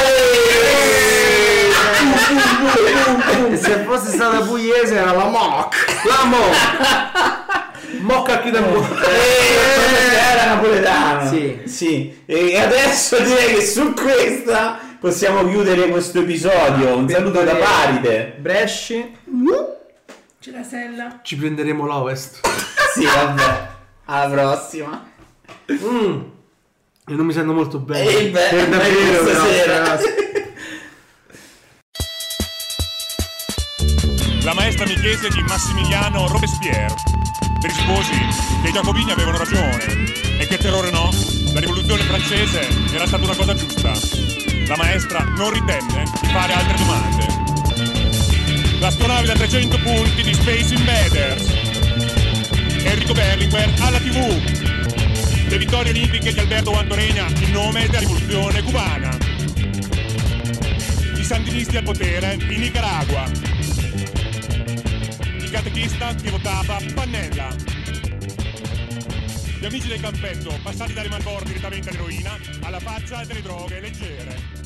E se fosse stata pugliese era la moc. La mocca chi da era napoletano. Sì. E adesso direi che su questa possiamo chiudere questo episodio. Un saluto da Paride. Bresci. Cirasella. Ci prenderemo l'Ovest. Sì, vabbè. Alla prossima. E non mi sento molto bene. Per davvero stasera. La maestra mi chiese di Massimiliano Robespierre. Per i sposi che i giacobini avevano ragione e che terrore no, la rivoluzione francese era stata una cosa giusta. La maestra non ritenne di fare altre domande. L'astronave da 300 punti di Space Invaders. Enrico Berlinguer alla TV. Le vittorie olimpiche di Alberto Antoregna in nome della rivoluzione cubana. I sandinisti al potere in Nicaragua. Il catechista che votava Pannella. Gli amici del campetto passati dalle malbordi direttamente all'eroina, alla faccia delle droghe leggere.